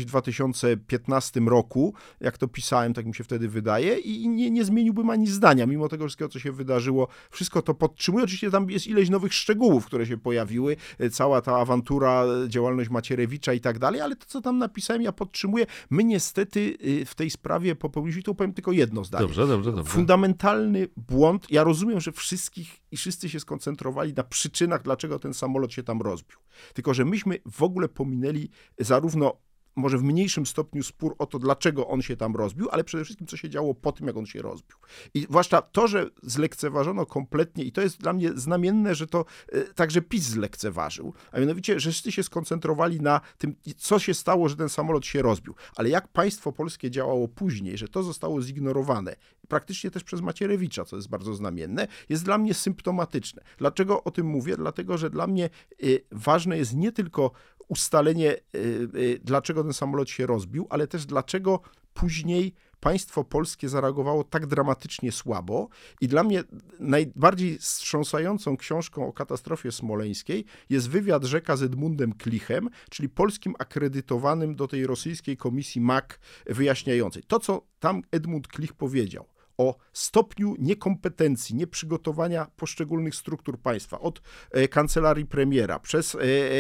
2015 roku, jak to pisałem, tak mi się wtedy wydaje, i nie zmieniłbym ani zdania, mimo tego wszystkiego, co się wydarzyło. Wszystko to podtrzymuję. Oczywiście tam jest ileś nowych szczegółów, które się pojawiły, cała ta awantura, działalność Macierewicza i tak dalej, ale to, co tam napisałem, ja podtrzymuję. My niestety w tej sprawie popełniliśmy, to powiem tylko jedno zdanie. Dobrze. Fundamentalny błąd. Ja rozumiem, że wszyscy się skoncentrowali na przyczynach, dlaczego ten samolot się tam rozbił. Tylko że myśmy w ogóle pominęli zarówno może w mniejszym stopniu spór o to, dlaczego on się tam rozbił, ale przede wszystkim, co się działo po tym, jak on się rozbił. I zwłaszcza to, że zlekceważono kompletnie, i to jest dla mnie znamienne, że to także PiS zlekceważył, a mianowicie, że wszyscy się skoncentrowali na tym, co się stało, że ten samolot się rozbił. Ale jak państwo polskie działało później, że to zostało zignorowane, praktycznie też przez Macierewicza, co jest bardzo znamienne, jest dla mnie symptomatyczne. Dlaczego o tym mówię? Dlatego, że dla mnie ważne jest nie tylko ustalenie, dlaczego ten samolot się rozbił, ale też dlaczego później państwo polskie zareagowało tak dramatycznie słabo. I dla mnie najbardziej wstrząsającą książką o katastrofie smoleńskiej jest wywiad Rzeka z Edmundem Klichem, czyli polskim akredytowanym do tej rosyjskiej komisji MAK wyjaśniającej. To, co tam Edmund Klich powiedział o stopniu niekompetencji, nieprzygotowania poszczególnych struktur państwa, od kancelarii premiera, przez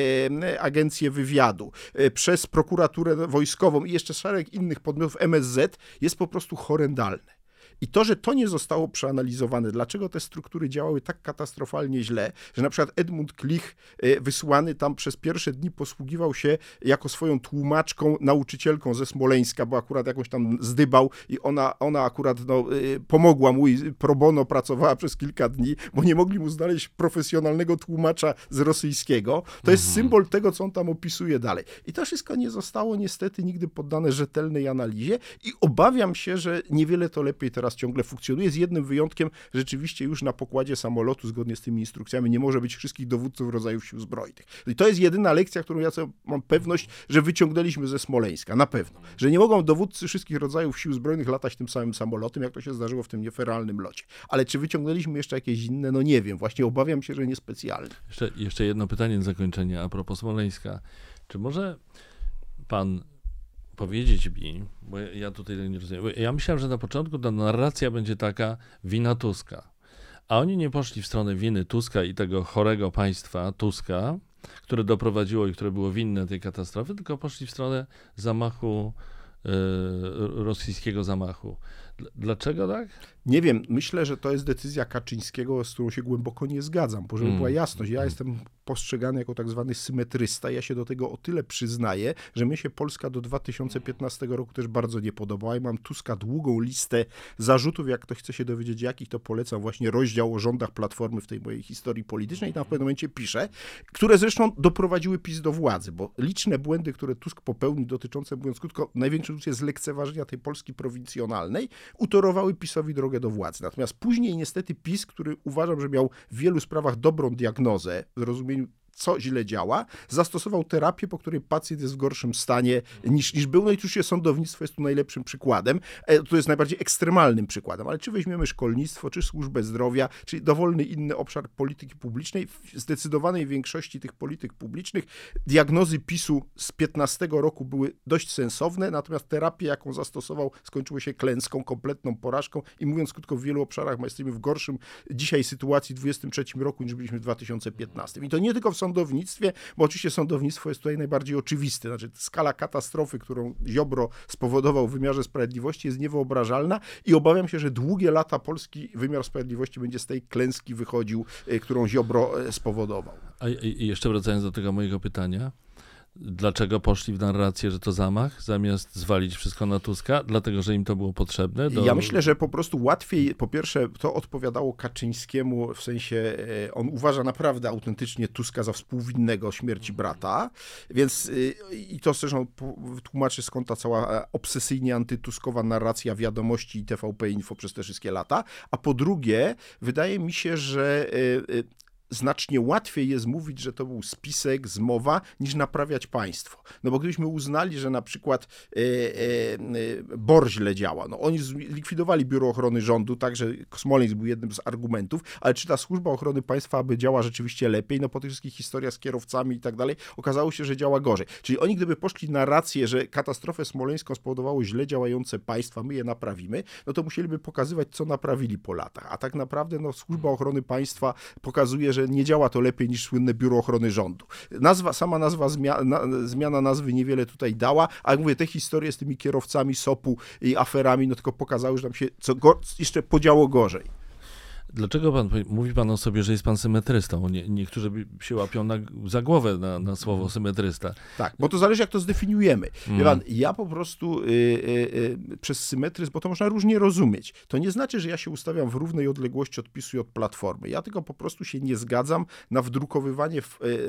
agencję wywiadu, przez prokuraturę wojskową i jeszcze szereg innych podmiotów MSZ, jest po prostu horrendalne. I to, że to nie zostało przeanalizowane, dlaczego te struktury działały tak katastrofalnie źle, że na przykład Edmund Klich wysłany tam przez pierwsze dni posługiwał się jako swoją tłumaczką, nauczycielką ze Smoleńska, bo akurat jakąś tam zdybał i ona akurat pomogła mu i pro bono pracowała przez kilka dni, bo nie mogli mu znaleźć profesjonalnego tłumacza z rosyjskiego. To jest symbol tego, co on tam opisuje dalej. I to wszystko nie zostało niestety nigdy poddane rzetelnej analizie i obawiam się, że niewiele to lepiej teraz ciągle funkcjonuje, z jednym wyjątkiem, rzeczywiście już na pokładzie samolotu, zgodnie z tymi instrukcjami, nie może być wszystkich dowódców rodzajów sił zbrojnych. I to jest jedyna lekcja, którą ja sobie mam pewność, że wyciągnęliśmy ze Smoleńska, na pewno. Że nie mogą dowódcy wszystkich rodzajów sił zbrojnych latać tym samym samolotem, jak to się zdarzyło w tym nieferalnym locie. Ale czy wyciągnęliśmy jeszcze jakieś inne? No nie wiem, właśnie obawiam się, że niespecjalnie. Jeszcze jedno pytanie na zakończenie a propos Smoleńska. Czy może pan powiedzieć mi, bo ja tutaj nie rozumiem, ja myślałem, że na początku ta narracja będzie taka wina Tuska, a oni nie poszli w stronę winy Tuska i tego chorego państwa Tuska, które doprowadziło i które było winne tej katastrofy, tylko poszli w stronę zamachu, rosyjskiego zamachu. Dlaczego tak? Nie wiem, myślę, że to jest decyzja Kaczyńskiego, z którą się głęboko nie zgadzam, bo żeby była jasność, ja jestem postrzegany jako tak zwany symetrysta, ja się do tego o tyle przyznaję, że mnie się Polska do 2015 roku też bardzo nie podobała i mam Tuska długą listę zarzutów, jak ktoś chce się dowiedzieć jakich, to polecam właśnie rozdział o rządach Platformy w tej mojej historii politycznej i tam w pewnym momencie piszę, które zresztą doprowadziły PiS do władzy, bo liczne błędy, które Tusk popełnił dotyczące, mówiąc krótko, największej zlekceważenia tej Polski prowincjonalnej, utorowały PiS-owi drogę do władzy. Natomiast później niestety PiS, który uważam, że miał w wielu sprawach dobrą diagnozę w rozumieniu, co źle działa, zastosował terapię, po której pacjent jest w gorszym stanie niż był. No i oczywiście sądownictwo jest tu najlepszym przykładem. To jest najbardziej ekstremalnym przykładem, ale czy weźmiemy szkolnictwo, czy służbę zdrowia, czy dowolny inny obszar polityki publicznej, w zdecydowanej większości tych polityk publicznych diagnozy PiS-u z 15 roku były dość sensowne, natomiast terapia, jaką zastosował, skończyła się klęską, kompletną porażką i mówiąc krótko, w wielu obszarach jesteśmy w gorszym dzisiaj sytuacji w 2023 roku, niż byliśmy w 2015. I to nie tylko w sądownictwie, bo oczywiście sądownictwo jest tutaj najbardziej oczywiste. Znaczy skala katastrofy, którą Ziobro spowodował w wymiarze sprawiedliwości jest niewyobrażalna i obawiam się, że długie lata polski wymiar sprawiedliwości będzie z tej klęski wychodził, którą Ziobro spowodował. A jeszcze wracając do tego mojego pytania, dlaczego poszli w narrację, że to zamach, zamiast zwalić wszystko na Tuska? Dlatego, że im to było potrzebne? Ja myślę, że po prostu łatwiej, po pierwsze, to odpowiadało Kaczyńskiemu, w sensie on uważa naprawdę autentycznie Tuska za współwinnego śmierci brata, więc i to zresztą tłumaczy, skąd ta cała obsesyjnie antytuskowa narracja Wiadomości i TVP Info przez te wszystkie lata. A po drugie, wydaje mi się, że znacznie łatwiej jest mówić, że to był spisek, zmowa, niż naprawiać państwo. No bo gdybyśmy uznali, że na przykład BOR źle działa, no oni zlikwidowali Biuro Ochrony Rządu, tak, że Smoleńsk był jednym z argumentów, ale czy ta Służba Ochrony Państwa aby działa rzeczywiście lepiej? No po tych wszystkich historiach z kierowcami i tak dalej, okazało się, że działa gorzej. Czyli oni gdyby poszli na rację, że katastrofę smoleńską spowodowało źle działające państwa, my je naprawimy, no to musieliby pokazywać, co naprawili po latach. A tak naprawdę no, Służba Ochrony Państwa pokazuje, że nie działa to lepiej niż słynne Biuro Ochrony Rządu. Sama nazwa, zmiana nazwy niewiele tutaj dała, a jak mówię, te historie z tymi kierowcami SOP-u i aferami, no tylko pokazały, że tam się jeszcze podziało gorzej. Dlaczego mówi pan o sobie, że jest pan symetrystą? Niektórzy się łapią za głowę na słowo symetrysta. Tak, bo to zależy, jak to zdefiniujemy. Ja po prostu przez symetryzm, bo to można różnie rozumieć. To nie znaczy, że ja się ustawiam w równej odległości od PiS-u i od Platformy. Ja tylko po prostu się nie zgadzam na wdrukowywanie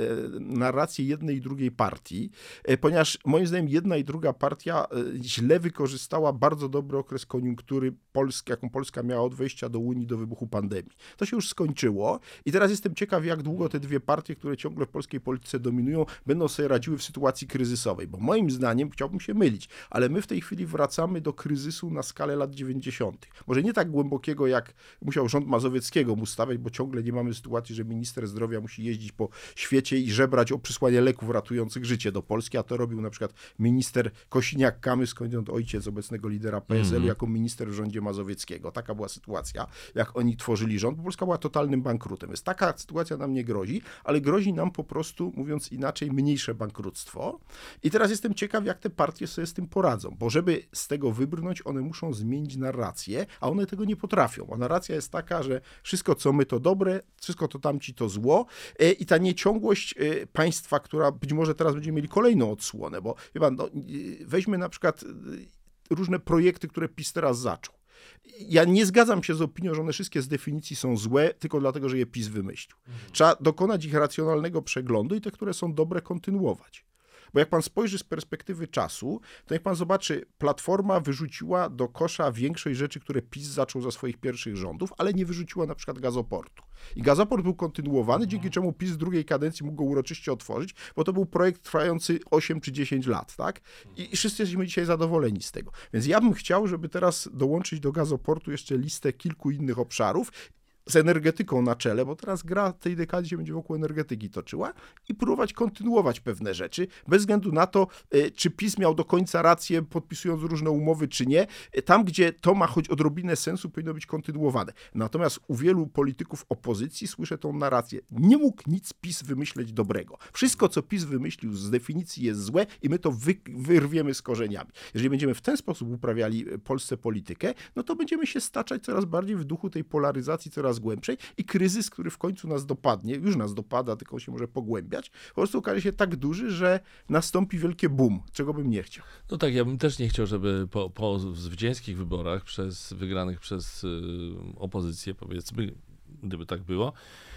narracji jednej i drugiej partii, ponieważ moim zdaniem jedna i druga partia źle wykorzystała bardzo dobry okres koniunktury Polski, jaką Polska miała od wejścia do Unii, do wybuchu pandemii. To się już skończyło i teraz jestem ciekaw, jak długo te dwie partie, które ciągle w polskiej polityce dominują, będą sobie radziły w sytuacji kryzysowej, bo moim zdaniem, chciałbym się mylić, ale my w tej chwili wracamy do kryzysu na skalę lat 90. Może nie tak głębokiego, jak musiał rząd Mazowieckiego mu stawiać, bo ciągle nie mamy sytuacji, że minister zdrowia musi jeździć po świecie i żebrać o przysłanie leków ratujących życie do Polski, a to robił na przykład minister Kosiniak-Kamysz, skądinąd ojciec obecnego lidera PSL-u, jako minister w rządzie Mazowieckiego. Taka była sytuacja, jak oni tworzyli rząd, bo Polska była totalnym bankrutem. Więc taka sytuacja nam nie grozi, ale grozi nam po prostu, mówiąc inaczej, mniejsze bankructwo. I teraz jestem ciekaw, jak te partie sobie z tym poradzą, bo żeby z tego wybrnąć, one muszą zmienić narrację, a one tego nie potrafią. A narracja jest taka, że wszystko, co my, to dobre, wszystko, to tamci, to zło. I ta nieciągłość państwa, która być może teraz będziemy mieli kolejną odsłonę, bo wie pan, no, weźmy na przykład różne projekty, które PiS teraz zaczął. Ja nie zgadzam się z opinią, że one wszystkie z definicji są złe, tylko dlatego, że je PiS wymyślił. Trzeba dokonać ich racjonalnego przeglądu i te, które są dobre, kontynuować. Bo jak pan spojrzy z perspektywy czasu, to jak pan zobaczy, Platforma wyrzuciła do kosza większość rzeczy, które PiS zaczął za swoich pierwszych rządów, ale nie wyrzuciła na przykład gazoportu. I gazoport był kontynuowany, dzięki czemu PiS w drugiej kadencji mógł go uroczyście otworzyć, bo to był projekt trwający 8 czy 10 lat, tak? I wszyscy jesteśmy dzisiaj zadowoleni z tego. Więc ja bym chciał, żeby teraz dołączyć do gazoportu jeszcze listę kilku innych obszarów, z energetyką na czele, bo teraz gra tej dekady się będzie wokół energetyki toczyła i próbować kontynuować pewne rzeczy, bez względu na to, czy PiS miał do końca rację, podpisując różne umowy, czy nie. Tam, gdzie to ma choć odrobinę sensu, powinno być kontynuowane. Natomiast u wielu polityków opozycji słyszę tą narrację. Nie mógł nic PiS wymyśleć dobrego. Wszystko, co PiS wymyślił z definicji jest złe i my to wyrwiemy z korzeniami. Jeżeli będziemy w ten sposób uprawiali Polsce politykę, no to będziemy się staczać coraz bardziej w duchu tej polaryzacji, coraz głębszej i kryzys, który w końcu nas dopadnie, już nas dopada, tylko się może pogłębiać, po prostu okaże się tak duży, że nastąpi wielkie boom, czego bym nie chciał. No tak, ja bym też nie chciał, żeby po zwycięskich wyborach wygranych przez opozycję, powiedzmy, gdyby tak było,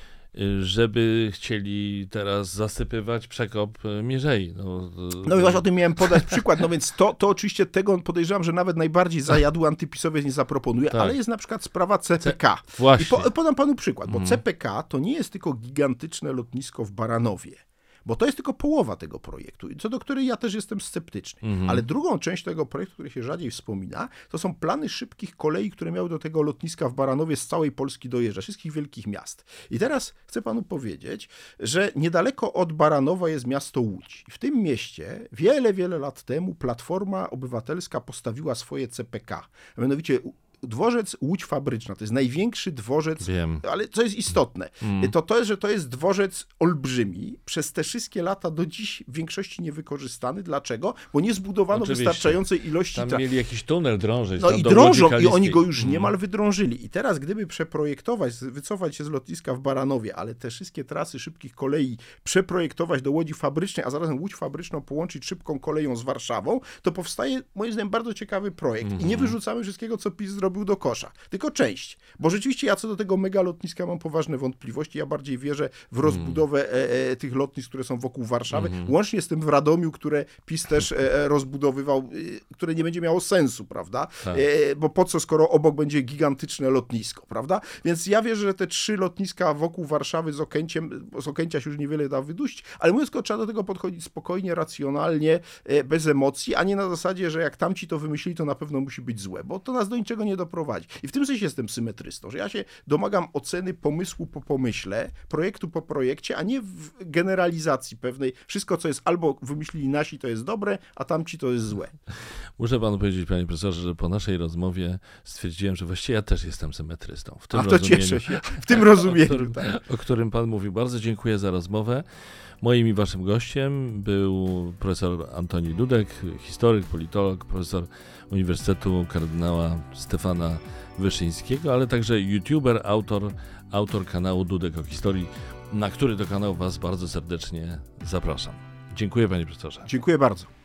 żeby chcieli teraz zasypywać przekop Mierzei. No i właśnie o tym miałem podać przykład, no więc to oczywiście tego podejrzewam, że nawet najbardziej zajadły antypisowiec nie zaproponuje, tak. Ale jest na przykład sprawa CPK. Właśnie. I podam panu przykład, bo CPK to nie jest tylko gigantyczne lotnisko w Baranowie, bo to jest tylko połowa tego projektu, co do której ja też jestem sceptyczny. Ale drugą część tego projektu, który się rzadziej wspomina, to są plany szybkich kolei, które miały do tego lotniska w Baranowie z całej Polski dojeżdżać, wszystkich wielkich miast. I teraz chcę panu powiedzieć, że niedaleko od Baranowa jest miasto Łódź. I w tym mieście wiele, wiele lat temu Platforma Obywatelska postawiła swoje CPK, a mianowicie dworzec Łódź Fabryczna, to jest największy dworzec, ale co jest istotne, to jest, że to jest dworzec olbrzymi, przez te wszystkie lata do dziś w większości niewykorzystany. Dlaczego? Bo nie zbudowano wystarczającej ilości... Tam mieli jakiś tunel drążyć. No i drążą, i oni go już niemal wydrążyli. I teraz, gdyby przeprojektować, wycofać się z lotniska w Baranowie, ale te wszystkie trasy szybkich kolei przeprojektować do Łodzi Fabrycznej, a zarazem Łódź Fabryczną połączyć szybką koleją z Warszawą, to powstaje, moim zdaniem, bardzo ciekawy projekt. I nie wyrzucamy wszystkiego, co PiS zrobił zrobił do kosza. Tylko część. Bo rzeczywiście ja co do tego megalotniska mam poważne wątpliwości. Ja bardziej wierzę w rozbudowę tych lotnisk, które są wokół Warszawy. Łącznie z tym w Radomiu, które PiS też rozbudowywał, które nie będzie miało sensu, prawda? Tak. Bo po co, skoro obok będzie gigantyczne lotnisko, prawda? Więc ja wierzę, że te 3 lotniska wokół Warszawy z Okęcia się już niewiele da wydusić, ale mówiąc, trzeba do tego podchodzić spokojnie, racjonalnie, bez emocji, a nie na zasadzie, że jak tamci to wymyślili, to na pewno musi być złe, bo to nas do niczego nie doprowadzi. I w tym sensie jestem symetrystą, że ja się domagam oceny pomysłu po pomyśle, projektu po projekcie, a nie w generalizacji pewnej. Wszystko, co jest albo wymyślili nasi, to jest dobre, a tamci to jest złe. Muszę panu powiedzieć, panie profesorze, że po naszej rozmowie stwierdziłem, że właściwie ja też jestem symetrystą. W tym to cieszę się. W tym rozumieniu. O którym pan mówił. Bardzo dziękuję za rozmowę. Moim i waszym gościem był profesor Antoni Dudek, historyk, politolog, profesor Uniwersytetu Kardynała Stefana Wyszyńskiego, ale także youtuber, autor kanału Dudek o historii, na który to kanał was bardzo serdecznie zapraszam. Dziękuję, panie profesorze. Dziękuję bardzo.